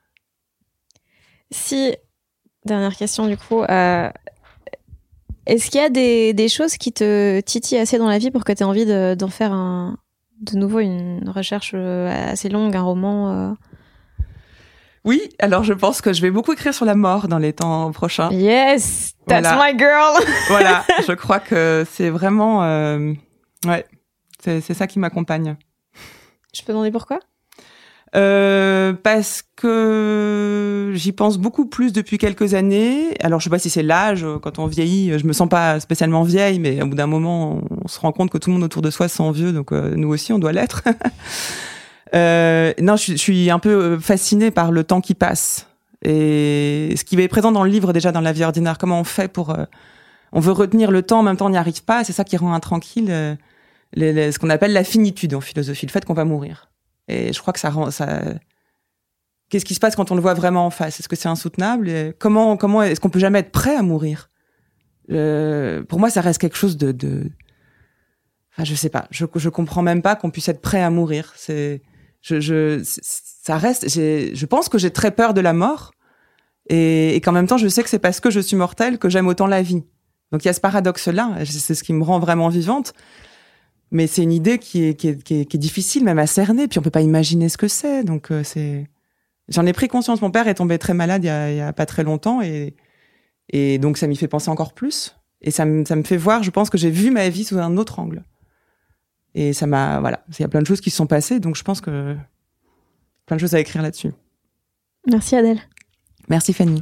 Si, dernière question, du coup, euh, est-ce qu'il y a des, des choses qui te titillent assez dans la vie pour que tu aies envie de, d'en faire un, de nouveau une recherche assez longue, un roman euh... Oui, alors je pense que je vais beaucoup écrire sur la mort dans les temps prochains. Yes, that's voilà. my girl. Voilà, je crois que c'est vraiment... Euh... Ouais, c'est, c'est ça qui m'accompagne. Je peux demander pourquoi? Euh, parce que j'y pense beaucoup plus depuis quelques années. Alors, je sais pas si c'est l'âge. Quand on vieillit, je me sens pas spécialement vieille, mais au bout d'un moment, on se rend compte que tout le monde autour de soi se sent vieux, donc euh, nous aussi, on doit l'être. euh, non, je, je suis un peu fascinée par le temps qui passe. Et ce qui est présent dans le livre, déjà, dans la vie ordinaire, comment on fait pour... Euh, on veut retenir le temps, en même temps, on n'y arrive pas. C'est ça qui rend intranquille euh, les, les, ce qu'on appelle la finitude en philosophie, le fait qu'on va mourir. Et je crois que ça rend, ça, Qu'est-ce qui se passe quand on le voit vraiment en face? Est-ce que c'est insoutenable? Et comment, comment est-ce qu'on peut jamais être prêt à mourir? euh, Pour moi, ça reste quelque chose de, de... Enfin, je sais pas. Je, je comprends même pas qu'on puisse être prêt à mourir. C'est, je, je, ça reste. J'ai, je pense que j'ai très peur de la mort, et, et qu'en même temps, je sais que c'est parce que je suis mortelle que j'aime autant la vie. Donc il y a ce paradoxe-là. C'est ce qui me rend vraiment vivante. Mais c'est une idée qui est, qui est, qui est, qui est difficile même à cerner. Puis on peut pas imaginer ce que c'est. Donc euh, c'est. J'en ai pris conscience. Mon père est tombé très malade il y a, il y a pas très longtemps, et et donc ça m'y fait penser encore plus. Et ça me ça me fait voir. Je pense que j'ai vu ma vie sous un autre angle. Et ça m'a voilà. Il y a plein de choses qui se sont passées. Donc je pense que plein de choses à écrire là-dessus. Merci Adèle. Merci Fanny.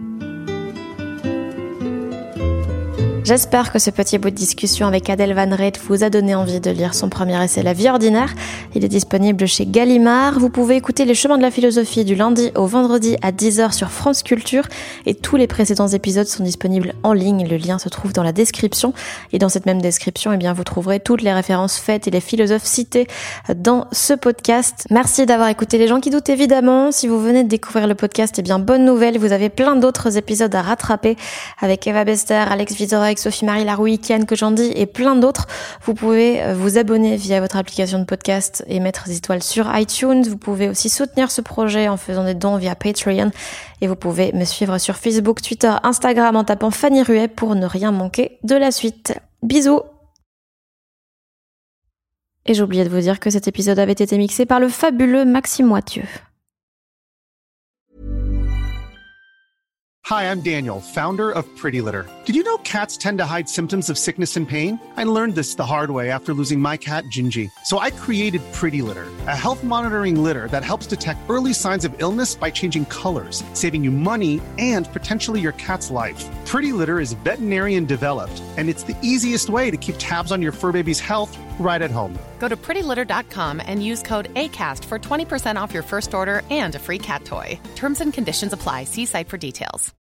J'espère que ce petit bout de discussion avec Adèle Van Reet vous a donné envie de lire son premier essai La vie ordinaire. Il est disponible chez Gallimard. Vous pouvez écouter Les chemins de la philosophie du lundi au vendredi à dix heures sur France Culture, et tous les précédents épisodes sont disponibles en ligne. Le lien se trouve dans la description, et dans cette même description, eh bien, vous trouverez toutes les références faites et les philosophes cités dans ce podcast. Merci d'avoir écouté Les gens qui doutent, évidemment. Si vous venez de découvrir le podcast, eh bien, bonne nouvelle, vous avez plein d'autres épisodes à rattraper avec Eva Bester, Alex Vizorek, Sophie-Marie Larouille, Kian Kojandi et plein d'autres. Vous pouvez vous abonner via votre application de podcast et mettre des étoiles sur iTunes. Vous pouvez aussi soutenir ce projet en faisant des dons via Patreon. Et vous pouvez me suivre sur Facebook, Twitter, Instagram en tapant Fanny Ruet pour ne rien manquer de la suite. Bisous! Et j'ai oublié de vous dire que cet épisode avait été mixé par le fabuleux Maxime Moitieu. Hi, I'm Daniel, founder of Pretty Litter. Did you know cats tend to hide symptoms of sickness and pain? I learned this the hard way after losing my cat, Gingy. So I created Pretty Litter, a health monitoring litter that helps detect early signs of illness by changing colors, saving you money and potentially your cat's life. Pretty Litter is veterinarian developed, and it's the easiest way to keep tabs on your fur baby's health right at home. Go to pretty litter dot com and use code ACAST for twenty percent off your first order and a free cat toy. Terms and conditions apply. See site for details.